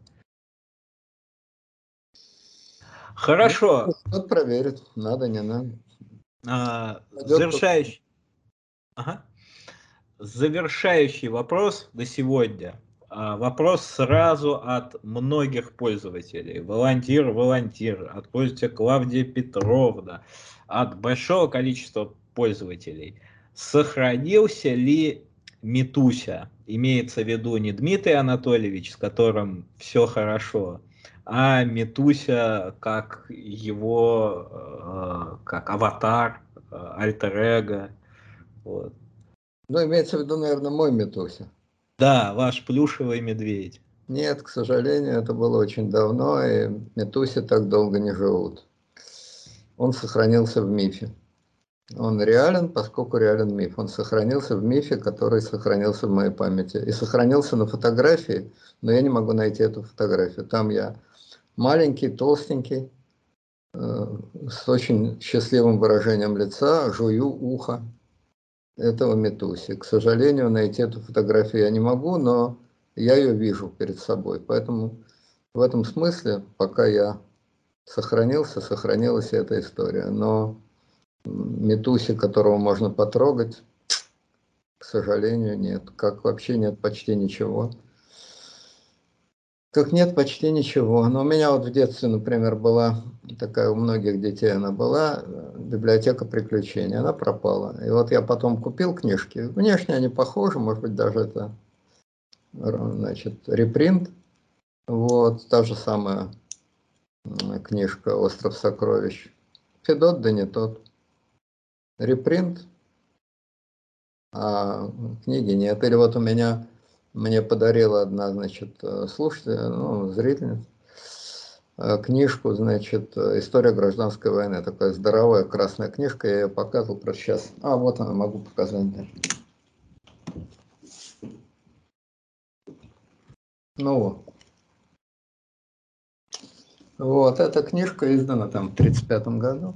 Хорошо. Ну, вот проверит, надо, не надо. А, Пойдет завершающий... Ага. Завершающий вопрос на сегодня. А, вопрос сразу от многих пользователей. Волонтир, волонтир, от пользователя Клавдия Петровна, от большого количества пользователей. Сохранился ли Митуся? Имеется в виду не Дмитрий Анатольевич, с которым все хорошо, а Митуся как его, э, как аватар, э, альтер-эго. Вот. Ну, имеется в виду, наверное, мой Митуся. Да, ваш плюшевый медведь. Нет, к сожалению, это было очень давно, и Митуси так долго не живут. Он сохранился в мифе. Он реален, поскольку реален миф. Он сохранился в мифе, который сохранился в моей памяти. И сохранился на фотографии, но я не могу найти эту фотографию. Там я маленький, толстенький, э, с очень счастливым выражением лица, жую ухо этого Митуси. К сожалению, найти эту фотографию я не могу, но я ее вижу перед собой. Поэтому в этом смысле, пока я сохранился, сохранилась и эта история. Но Митуси, которого можно потрогать, к сожалению, нет. Как вообще нет почти ничего. Как нет почти ничего. Но у меня вот в детстве, например, была такая, у многих детей она была, библиотека приключений. Она пропала. И вот я потом купил книжки. Внешне они похожи, может быть, даже это, значит, репринт. Вот, та же самая книжка «Остров сокровищ». Федот, да не тот. Репринт, а книги нет. Или вот у меня, мне подарила одна, значит, слушатель, ну, зрительница, книжку, значит, «История гражданской войны». Такая здоровая красная книжка, я ее показывал просто сейчас. А, вот она, могу показать даже. Ну вот. Вот, эта книжка издана там в тридцать пятом году.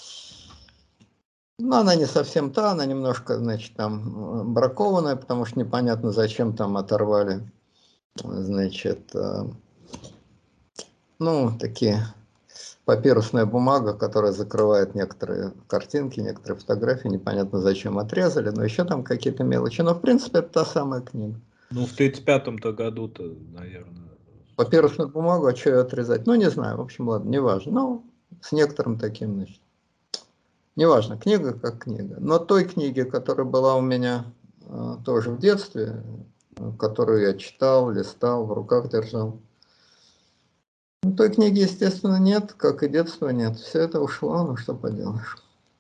Но она не совсем та, она немножко, значит, там бракованная, потому что непонятно, зачем там оторвали, значит, ну, такие папирусная бумага, которая закрывает некоторые картинки, некоторые фотографии, непонятно зачем отрезали, но еще там какие-то мелочи. Но в принципе это та самая книга. Ну, в тридцать пятом-то году-то, наверное. Папирусную бумагу, а что ее отрезать? Ну, не знаю, в общем, ладно, неважно. Ну, с некоторым таким, значит. Неважно, книга как книга. Но той книги, которая была у меня э, тоже в детстве, э, которую я читал, листал, в руках держал, ну, той книги, естественно, нет, как и детства нет. Все это ушло, ну что поделаешь.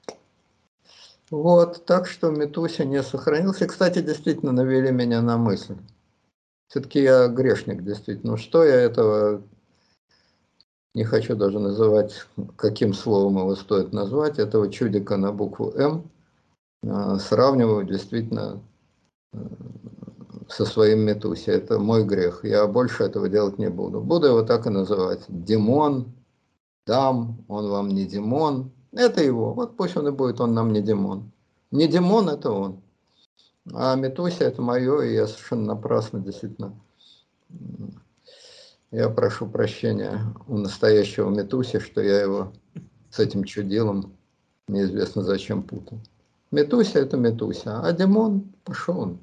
Вот, так что Митуся не сохранился. И, кстати, действительно навели меня на мысль. Все-таки я грешник, действительно. Ну что я этого, не хочу даже называть, каким словом его стоит назвать, этого чудика на букву М, э, сравниваю действительно э, со своим Митуся. Это мой грех. Я больше этого делать не буду. Буду его так и называть. Димон, Дам, он вам не Димон. Это его. Вот пусть он и будет, он нам не Димон. Не Димон, это он. А Митуся это мое, и я совершенно напрасно, действительно. Я прошу прощения у настоящего Митуси, что я его с этим чудилом неизвестно зачем путал. Митуся это Митуся, а Димон пошел он.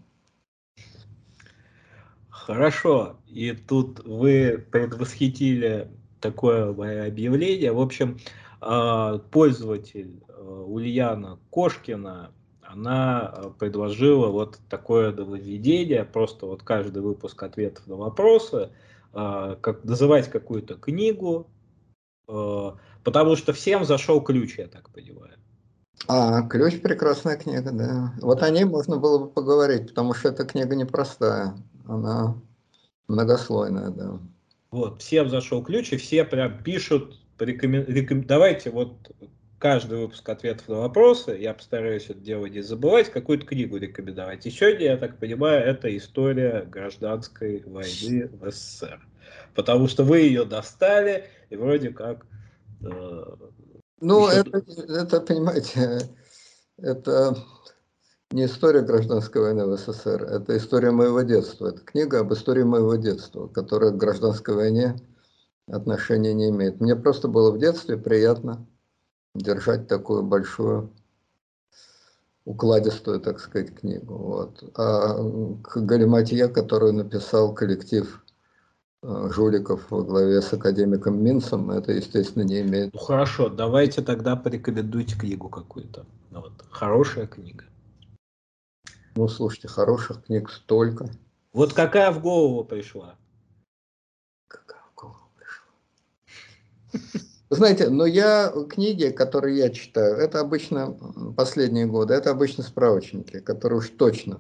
Хорошо. И тут вы предвосхитили такое мое объявление. В общем, э, пользователь э, Ульяна Кошкина, она э, предложила вот такое нововведение, просто вот каждый выпуск ответов на вопросы, э, как называть какую-то книгу, э, потому что всем зашел ключ, я так понимаю. А, «Ключ» прекрасная книга, да. Вот о ней можно было бы поговорить, потому что эта книга непростая, она многослойная, да. Вот, всем зашел ключ, и все прям пишут, рекомен... реком... давайте вот каждый выпуск ответов на вопросы, я постараюсь это дело не забывать, какую-то книгу рекомендовать. И сегодня, я так понимаю, это история гражданской войны в СССР. Потому что вы ее достали, и вроде как э, Ну, еще... это, это, понимаете, это не история гражданской войны в СССР, это история моего детства. Это книга об истории моего детства, которая к гражданской войне отношения не имеет. Мне просто было в детстве приятно держать такую большую, укладистую, так сказать, книгу. Вот. А к галиматье, которую написал коллектив э, жуликов во главе с академиком Минцем, это, естественно, не имеет. Ну хорошо, давайте тогда порекомендуйте книгу какую-то. Ну, вот, хорошая книга. Ну, слушайте, хороших книг столько. Вот какая в голову пришла? Какая в голову пришла? Знаете, но я книги, которые я читаю, это обычно последние годы, это обычно справочники, которые уж точно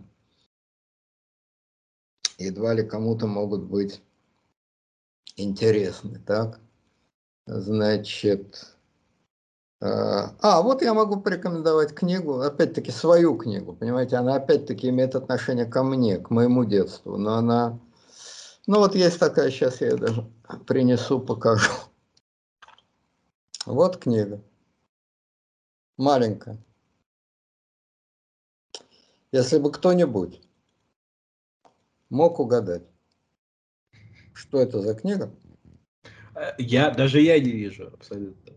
едва ли кому-то могут быть интересны, так? Значит, а, вот я могу порекомендовать книгу, опять-таки свою книгу, понимаете, она опять-таки имеет отношение ко мне, к моему детству, но она, ну вот есть такая, сейчас я ее даже принесу, покажу. Вот книга, маленькая. Если бы кто-нибудь мог угадать, что это за книга? Я, даже я не вижу абсолютно.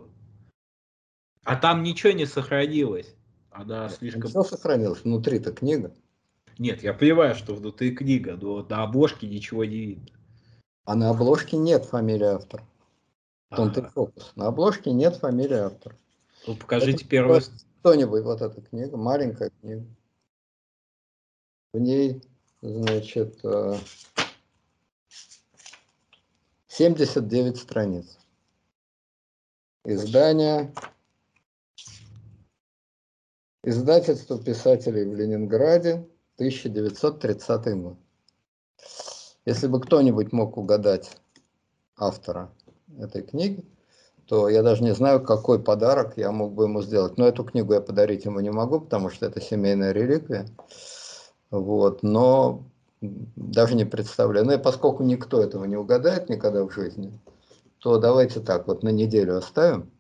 А там ничего не сохранилось. Она слишком... Все сохранилось, внутри-то книга. Нет, я понимаю, что внутри книга, но на обложке ничего не видно. А на обложке нет фамилии автора. В том-то и Ага. фокус. На обложке нет фамилии автора. Ну, Это покажите первую... кто-нибудь, вот эта книга, маленькая книга. В ней, значит, семьдесят девять страниц. Издание, издательство писателей в Ленинграде, тысяча девятьсот тридцатый год. Если бы кто-нибудь мог угадать автора этой книги, то я даже не знаю, какой подарок я мог бы ему сделать. Но эту книгу я подарить ему не могу, потому что это семейная реликвия. Вот, но даже не представляю. Ну и поскольку никто этого не угадает никогда в жизни, то давайте так, вот на неделю оставим,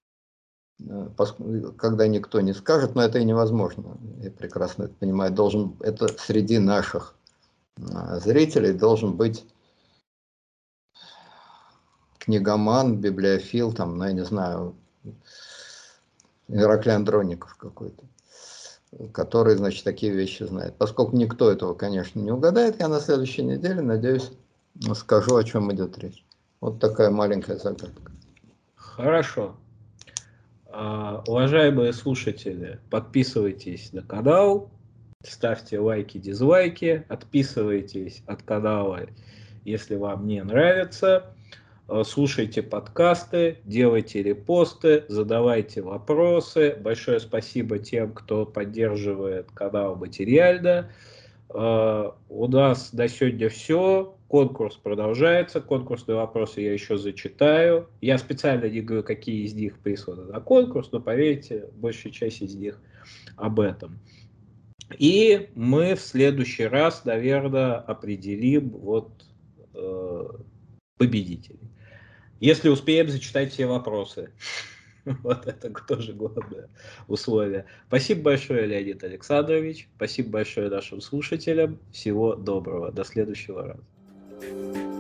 когда никто не скажет, но это и невозможно. Я прекрасно это понимаю. Должен, это среди наших зрителей должен быть книгоман, библиофил, там, ну, я не знаю, Ираклий Андроников какой-то, который, значит, такие вещи знает. Поскольку никто этого, конечно, не угадает, я на следующей неделе, надеюсь, скажу, о чем идет речь. Вот такая маленькая загадка. Хорошо. А, уважаемые слушатели, подписывайтесь на канал, ставьте лайки, дизлайки, отписывайтесь от канала, если вам не нравится. Слушайте подкасты, делайте репосты, задавайте вопросы. Большое спасибо тем, кто поддерживает канал материально. У нас до сегодня все. Конкурс продолжается. Конкурсные вопросы я еще зачитаю. Я специально не говорю, какие из них присланы на конкурс, но поверьте, большая часть из них об этом. И мы в следующий раз, наверное, определим вот, э, победителей. Если успеем, зачитать все вопросы. Вот это тоже главное условие. Спасибо большое, Леонид Александрович. Спасибо большое нашим слушателям. Всего доброго. До следующего раза.